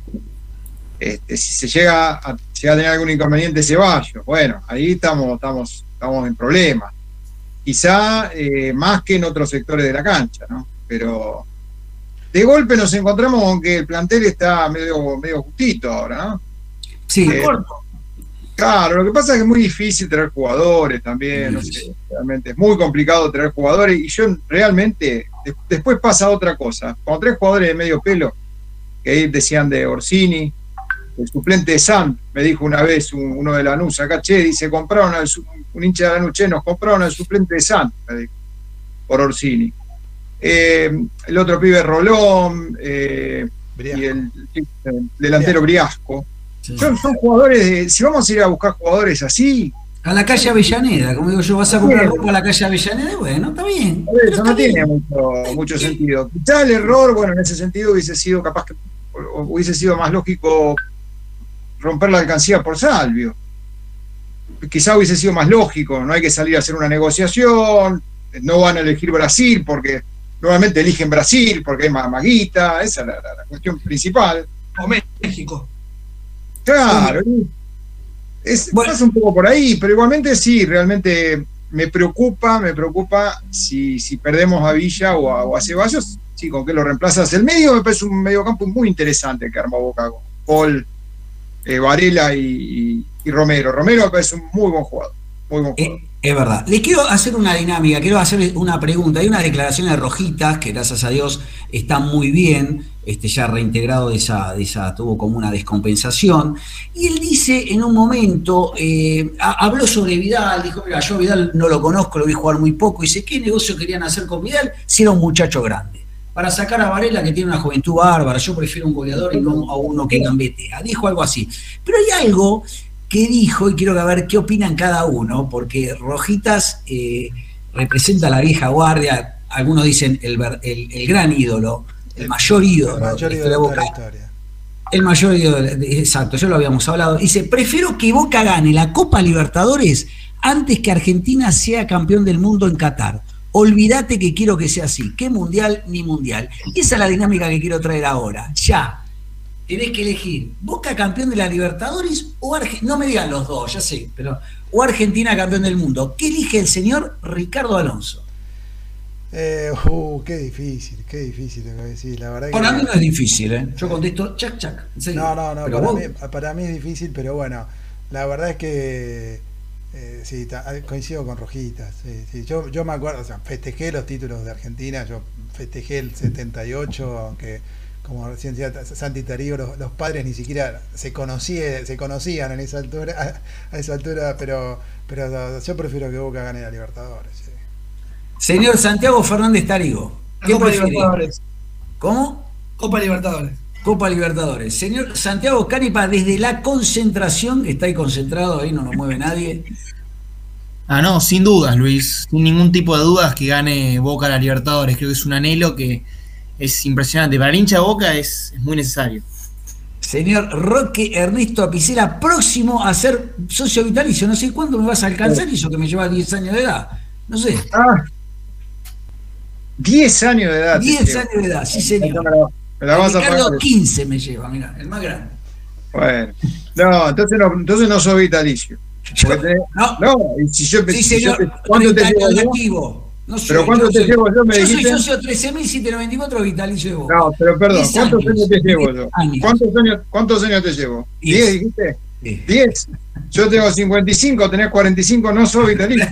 Este, si se llega a, llega a tener algún inconveniente Ceballos, bueno, ahí estamos, estamos, estamos en problemas. Quizá eh, más que en otros sectores de la cancha, ¿no? Pero de golpe nos encontramos con que el plantel está medio, medio justito ahora, ¿no? Sí, eh, corto. Claro, lo que pasa es que es muy difícil traer jugadores también, no sé, realmente es muy complicado traer jugadores, y yo realmente, de, después pasa otra cosa. Cuando traes jugadores de medio pelo, que ahí decían de Orsini, el suplente de Sam, me dijo una vez un, uno de Lanús, acá, che, dice, compraron al, un hincha de Lanús, che, nos compraron al suplente de Sam, me dijo, por Orsini. Eh, el otro pibe Rolón, eh, y el, el delantero Briasco. Sí. Son, son jugadores, de, si vamos a ir a buscar jugadores así... A la calle Avellaneda, como digo yo, vas a comprar ropa a la calle Avellaneda, bueno, está bien. Eso no tiene mucho, mucho sentido. Quizá el error, bueno, en ese sentido hubiese sido capaz que hubiese sido más lógico romper la alcancía por Salvio. Quizá hubiese sido más lógico, no hay que salir a hacer una negociación, no van a elegir Brasil porque nuevamente eligen Brasil porque hay más maguita, esa es la, la, la cuestión principal. O México. Claro, es, bueno. Pasa un poco por ahí, pero igualmente sí, realmente me preocupa, me preocupa si, si perdemos a Villa o a, o a Ceballos, sí, con qué lo reemplazas. El medio me parece un mediocampo muy interesante que armó Boca con Paul, Eh, Varela y, y, y Romero. Romero me parece un muy buen jugador. Muy buen jugador. Eh, es verdad. Les quiero hacer una dinámica, quiero hacer una pregunta. Hay unas declaraciones de Rojitas que gracias a Dios están muy bien, este, ya reintegrado de esa, de esa, tuvo como una descompensación. Y él dice en un momento, eh, habló sobre Vidal, dijo, mira, yo Vidal no lo conozco, lo vi jugar muy poco. Y dice, ¿qué negocio querían hacer con Vidal si era un muchacho grande? Para sacar a Varela, que tiene una juventud bárbara, yo prefiero un goleador y no a uno que gambetea. Dijo algo así. Pero hay algo que dijo, y quiero ver qué opinan cada uno, porque Rojitas eh, representa a la vieja guardia, algunos dicen el, el, el gran ídolo, el mayor ídolo, el mayor ídolo de, Boca, de la historia. El mayor ídolo, exacto, ya lo habíamos hablado. Dice, prefiero que Boca gane la Copa Libertadores antes que Argentina sea campeón del mundo en Qatar. Olvídate que quiero que sea así, que mundial ni mundial. Y esa es la dinámica que quiero traer ahora. Ya, tenés que elegir Boca campeón de la Libertadores o Argentina, no me digan los dos, ya sé, pero o Argentina campeón del mundo. ¿Qué elige el señor Ricardo Alonso? Eh, uh, qué difícil, qué difícil lo que decís, la verdad. Para que... mí no es difícil, ¿eh? Yo contesto chac chac. No, no, no, para mí, para mí es difícil, pero bueno, la verdad es que Eh, sí, ta, coincido con Rojitas. Sí, sí. Yo, yo me acuerdo, o sea, festejé los títulos de Argentina, yo festejé el setenta y ocho, aunque como recién decía Santi Tarío, los, los padres ni siquiera se conocían, se conocían en esa altura, a, a esa altura, pero, pero yo prefiero que Boca gane la Libertadores. Sí. Señor Santiago Fernández Tarigo, ¿qué Copa prefiere? Libertadores. ¿Cómo? Copa Libertadores. Copa Libertadores. Señor Santiago Canepa, desde la concentración, está ahí concentrado, ahí no lo mueve nadie. Ah, no, sin dudas, Luis. Sin ningún tipo de dudas que gane Boca a la Libertadores. Creo que es un anhelo que es impresionante. Para el hincha de Boca es, es muy necesario. Señor Roque Ernesto Apicella, próximo a ser socio vitalicio. No sé cuándo me vas a alcanzar, y eso que me lleva diez años de edad. No sé. Ah, diez años de edad. diez años de edad, sí, señor. Me la vas a Ricardo pagar. quince me lleva, mira, el más grande. Bueno, no, entonces no, entonces no soy vitalicio. Yo, Te, no, no, y si yo, sí, si señor, yo te, ¿cuánto te llevo yo? activo. No soy, ¿Pero cuánto yo te soy, llevo yo? Me yo dijiste. soy socio trece mil setecientos noventa y cuatro vitalicio de Boca. No, pero perdón, diez ¿cuántos años, años te llevo yo? años. ¿Cuántos años, ¿Cuántos años te llevo? diez. ¿diez dijiste? Sí. ¿diez? Yo tengo cincuenta y cinco, tenés cuarenta y cinco, no soy vitalicio.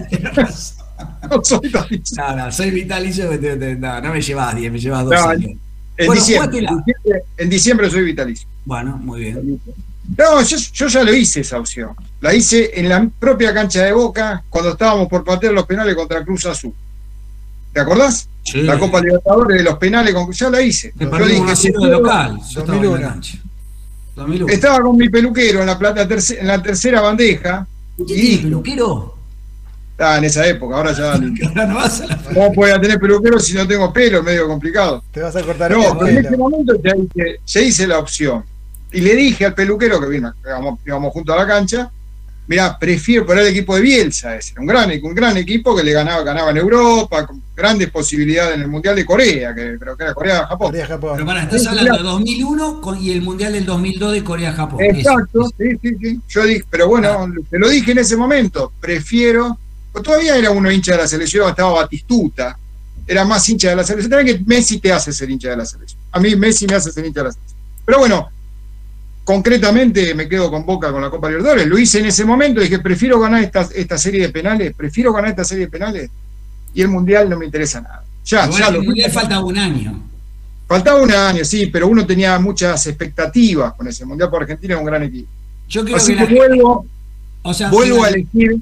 No soy vitalicio. No, no, soy vitalicio, no, no me llevas diez, me llevas dos No, años. En, Bueno, diciembre, en, jugátela. diciembre, en diciembre soy vitalicio. Bueno, muy bien. No, yo, yo ya lo hice esa opción. La hice en la propia cancha de Boca cuando estábamos por patear los penales contra Cruz Azul. ¿Te acordás? Sí. La Copa Libertadores de los penales, con, ya la hice. Me Yo perdí dije, un si de local. Yo estaba en la dos mil uno. cancha. dos mil uno. estaba con mi peluquero en la, plata terce- en la tercera bandeja. ¿Usted y tiene dije, peluquero? ah, en esa época, ahora ya. Ahora no vas a la... ¿Cómo podía tener peluquero si no tengo pelo? Es medio complicado. Te vas a cortar No, el pero en ese pelo. momento ya hice, ya hice la opción. Y le dije al peluquero que vino, íbamos, íbamos junto a la cancha, mirá, prefiero poner el equipo de Bielsa, ese, un gran, un gran equipo que le ganaba, ganaba en Europa, con grandes posibilidades en el Mundial de Corea, que creo que era Corea-Japón. Corea, Japón. Pero para, estás hablando de dos mil uno con, y el Mundial del dos mil dos de Corea-Japón. Exacto, Eso, sí, sí, sí. Yo dije, pero bueno, te lo dije en ese momento, prefiero, pues todavía era uno hincha de la selección, estaba Batistuta, era más hincha de la selección, también que Messi te hace ser hincha de la selección. A mí Messi me hace ser hincha de la selección. Pero bueno, concretamente me quedo con Boca con la Copa Libertadores. Lo hice en ese momento, dije, prefiero ganar esta, esta serie de penales, prefiero ganar esta serie de penales, y el Mundial no me interesa nada. Ya, bueno, ya el lo Mundial falta un año. Faltaba un año, sí, pero uno tenía muchas expectativas con ese Mundial, por Argentina es un gran equipo. Yo creo Así que, que la, vuelvo, o sea, vuelvo mira, a elegir,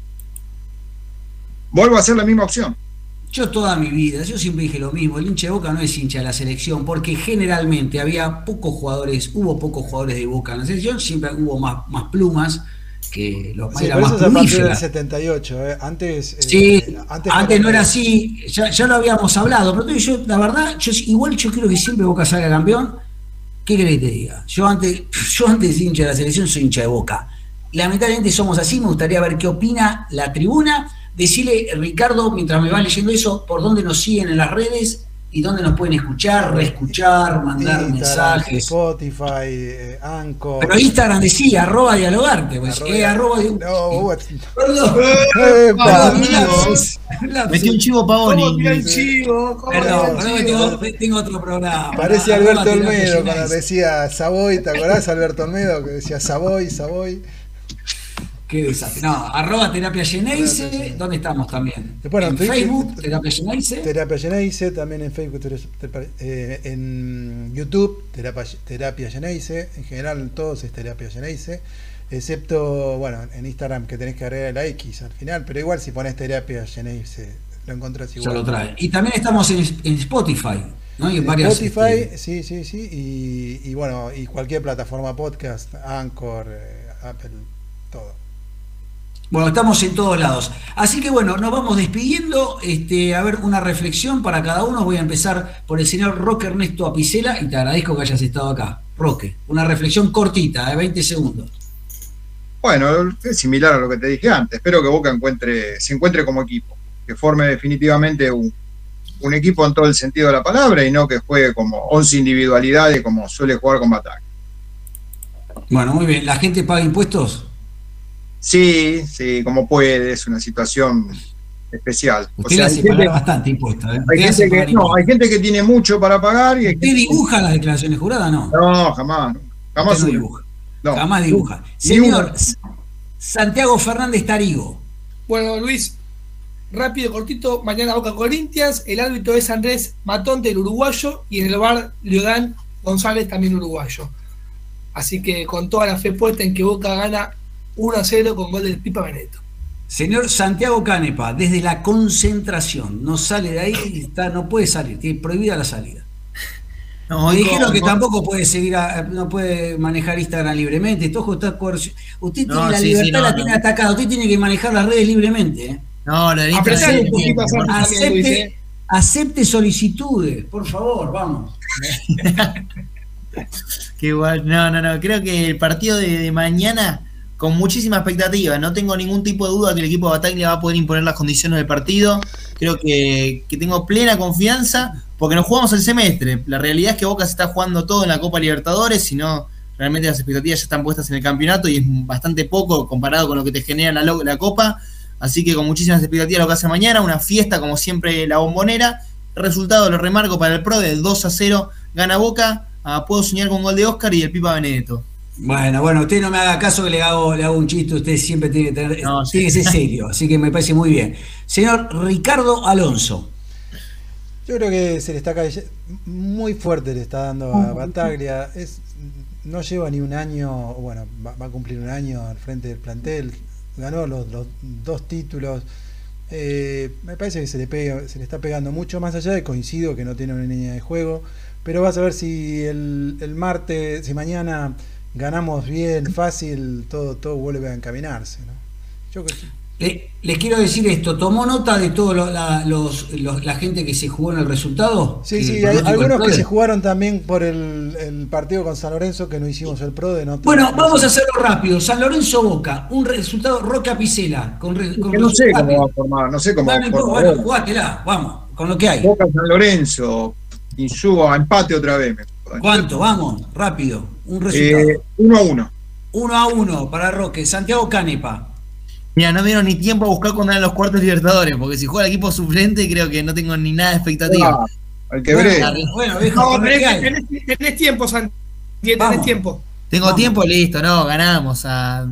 vuelvo a hacer la misma opción. yo toda mi vida, yo siempre dije lo mismo, el hincha de Boca no es hincha de la selección, porque generalmente había pocos jugadores, hubo pocos jugadores de Boca en la selección, siempre hubo más, más plumas, que los Sí, era pero más eso es a partir del plumífera. setenta y ocho. ¿eh? Antes, eh, Sí, antes, antes no fueron- era así, ya, ya lo habíamos hablado, pero yo, la verdad, yo igual yo quiero que siempre Boca salga campeón. ¿Qué querés que te diga? Yo antes, yo antes de ser hincha de la selección soy hincha de Boca. Lamentablemente somos así, me gustaría ver qué opina la tribuna. Decirle, Ricardo, mientras me va leyendo eso, por dónde nos siguen en las redes y dónde nos pueden escuchar, reescuchar, mandar Instagram, mensajes. Spotify, eh, Anchor. Pero Instagram decía, arroba dialogarte, pues, Arroba- eh, arroba de- No, vos- Perdón, Epa. perdón, mi lapsus, lapsus. Metió un chivo Pavoni. tiró el chivo? ¿Cómo Perdón, tiró el perdón, que chivo? tengo, tengo otro programa. Parece Arroba Alberto terapia Olmedo Genesis. cuando decía Savoy, ¿te acordás Alberto Olmedo que decía Savoy, Savoy? Qué desastre. No, arroba terapia Geneise, Terapia ¿dónde estamos también? Bueno, en Twitch, Facebook, terapia Geneise. Terapia Geneise, también en Facebook, terapia- eh, en YouTube, Terapia, terapia Geneise, en general todos es Terapia Geneise, excepto, bueno, en Instagram que tenés que agregar la X al final, pero igual si pones Terapia Geneise lo encontrás Ya igual. lo trae. Y también estamos en, en Spotify, ¿no? Y en En varias. Spotify, este, sí, sí, sí, y, y bueno, y cualquier plataforma podcast, Anchor, eh, Apple, todo. bueno, estamos en todos lados. Así que bueno, nos vamos despidiendo. Este, a ver, una reflexión para cada uno. Voy a empezar por el señor Roque Ernesto Apicella y te agradezco que hayas estado acá. Roque, una reflexión cortita, de veinte segundos. Bueno, es similar a lo que te dije antes. Espero que Boca encuentre, se encuentre como equipo, que forme definitivamente un, un equipo en todo el sentido de la palabra y no que juegue como once individualidades como suele jugar con Bataglia. Bueno, muy bien. ¿La gente paga impuestos? Sí, sí, como puede, es una situación especial. O Usted sea, le hay hace pagar gente, bastante impuestos. ¿eh? hay Usted hace gente que, pagar no, impuestos. hay gente que tiene mucho para pagar y hay ¿Usted gente dibuja las declaraciones juradas? No. No, jamás, jamás Usted no uno. dibuja. No. Jamás dibuja. Ni Señor uno. S- Santiago Fernández Tarigo. Bueno, Luis, rápido, cortito. Mañana Boca Corinthians. El árbitro es Andrés Matonte, el uruguayo. Y en el bar, Leodán González, también uruguayo. Así que con toda la fe puesta en que Boca gana uno a cero con gol del Pipa Benedetto. Señor Santiago Canepa, desde la concentración, no sale de ahí, está, no puede salir, tiene prohibida la salida. No, me dijeron con, que con... tampoco puede seguir, a, no puede manejar Instagram libremente. Esto, usted usted no, tiene la sí, libertad, sí, no, la no. tiene atacada. Usted tiene que manejar las redes libremente. ¿eh? No, la lista es un poquito acepte, acepte solicitudes, por favor, vamos. Qué igual, no, no, no. Creo que el partido de, de mañana, con muchísima expectativa, no tengo ningún tipo de duda que el equipo de Bataglia va a poder imponer las condiciones del partido. Creo que, que tengo plena confianza, porque nos jugamos el semestre. La realidad es que Boca se está jugando todo en la Copa Libertadores, si no, realmente las expectativas ya están puestas en el campeonato y es bastante poco comparado con lo que te genera la, la Copa. Así que con muchísimas expectativas lo que hace mañana, una fiesta como siempre la Bombonera. Resultado, lo remarco para el Pro, de dos a cero gana Boca. Ah, puedo soñar con gol de Oscar y el Pipa Benedetto. Bueno, bueno, usted no me haga caso que le hago, le hago un chiste, usted siempre tiene que tener, no, tiene sí. que ser serio, así que me parece muy bien. Señor Ricardo Alonso. Yo creo que se le está cayendo muy fuerte, le está dando a Bataglia. Es, no lleva ni un año, bueno, va, va a cumplir un año al frente del plantel, ganó los, los dos títulos. Eh, me parece que se le pega, se le está pegando mucho, más allá de coincido que no tiene una línea de juego, pero vas a ver si el, el martes, si mañana ganamos bien, fácil, todo, todo vuelve a encaminarse, ¿no? Yo que... Le, les quiero decir esto, ¿tomó nota de todo lo, la, los, los, la gente que se jugó en el resultado? Sí, sí, hay algunos que se jugaron también por el, el partido con San Lorenzo, que no hicimos el Pro de no. Bueno, vamos a hacerlo rápido. San Lorenzo Boca, un resultado Roca Picela. Con, con no sé cómo va a formar, no sé cómo va a formar. Bueno, jugátela, vamos, con lo que hay. Boca San Lorenzo, Insúa, empate otra vez. ¿Cuánto? Vamos, rápido. Un resultado. Eh, uno a uno. Uno a uno para Roque. Santiago Canepa. Mira, no me dieron ni tiempo a buscar cuando eran los cuartos Libertadores, porque si juega el equipo suplente creo que no tengo ni nada de expectativa. Ah, al que breve. Bueno, viejo, no, tenés, tenés, tenés tiempo, Santi. Tenés Vamos. tiempo. Tengo Vamos. tiempo, listo, no, ganamos. A...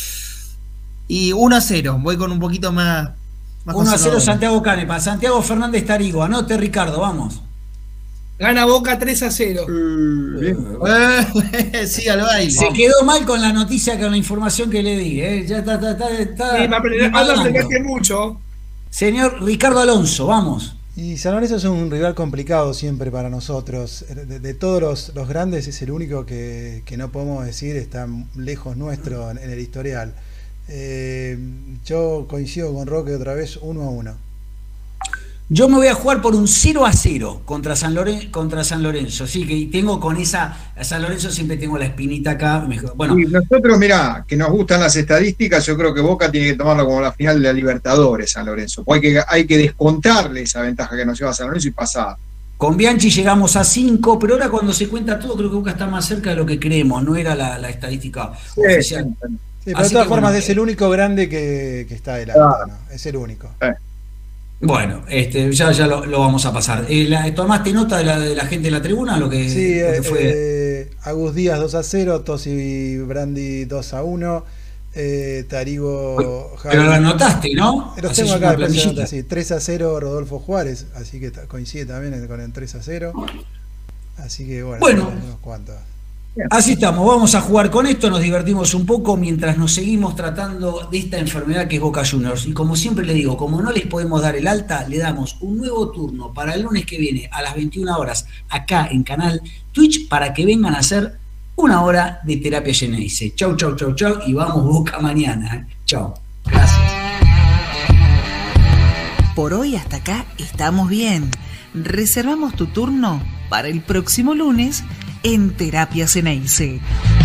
Y uno a cero, voy con un poquito más. más uno a cero Santiago Canepa. Santiago Fernández Tarigo, anote Ricardo, vamos. Gana Boca tres a cero. Uh, eh, sí, al baile. Se quedó mal con la noticia, con la información que le di. ¿eh? Ya está, está, está, está sí, me aprendiste mucho. Señor Ricardo Alonso, vamos. Y San Lorenzo es un rival complicado siempre para nosotros. De, de todos los, los grandes es el único que, que no podemos decir está lejos nuestro en, en el historial. Eh, yo coincido con Roque otra vez, uno a uno. Yo me voy a jugar por un cero a cero contra San Lorenzo, contra San Lorenzo, sí, que tengo con esa, a San Lorenzo siempre tengo la espinita acá. Bueno. Y nosotros, mirá, que nos gustan las estadísticas, yo creo que Boca tiene que tomarlo como la final de la Libertadores, San Lorenzo, porque hay que, hay que descontarle esa ventaja que nos lleva San Lorenzo y pasar. Con Bianchi llegamos a cinco, pero ahora cuando se cuenta todo, creo que Boca está más cerca de lo que creemos, no era la, la estadística sí, oficial. Sí, sí, pero de todas formas bueno, es el único grande que, que está adelante, claro. ¿no? Es el único. Sí. Bueno, este, ya, ya lo, lo vamos a pasar. Eh, la, ¿Tomaste nota de la, de la gente de la tribuna? Lo que, sí, lo que fue? eh, Agus Díaz dos a cero, Tosi Brandi dos a uno, eh, Tarigo... Pero lo anotaste, ¿no? Los tengo acá, después se nota, sí, tres a cero Rodolfo Juárez, así que coincide también con el tres a cero. Así que bueno, bueno unos cuantos. Así estamos, vamos a jugar con esto, nos divertimos un poco mientras nos seguimos tratando de esta enfermedad que es Boca Juniors. Y como siempre le digo, como no les podemos dar el alta, le damos un nuevo turno para el lunes que viene a las veintiuna horas acá en canal Twitch para que vengan a hacer una hora de terapia Geneise. Chau, chau, chau, chau y vamos Boca mañana. Chau. Gracias. Por hoy hasta acá estamos bien. Reservamos tu turno para el próximo lunes en Terapia Geneise.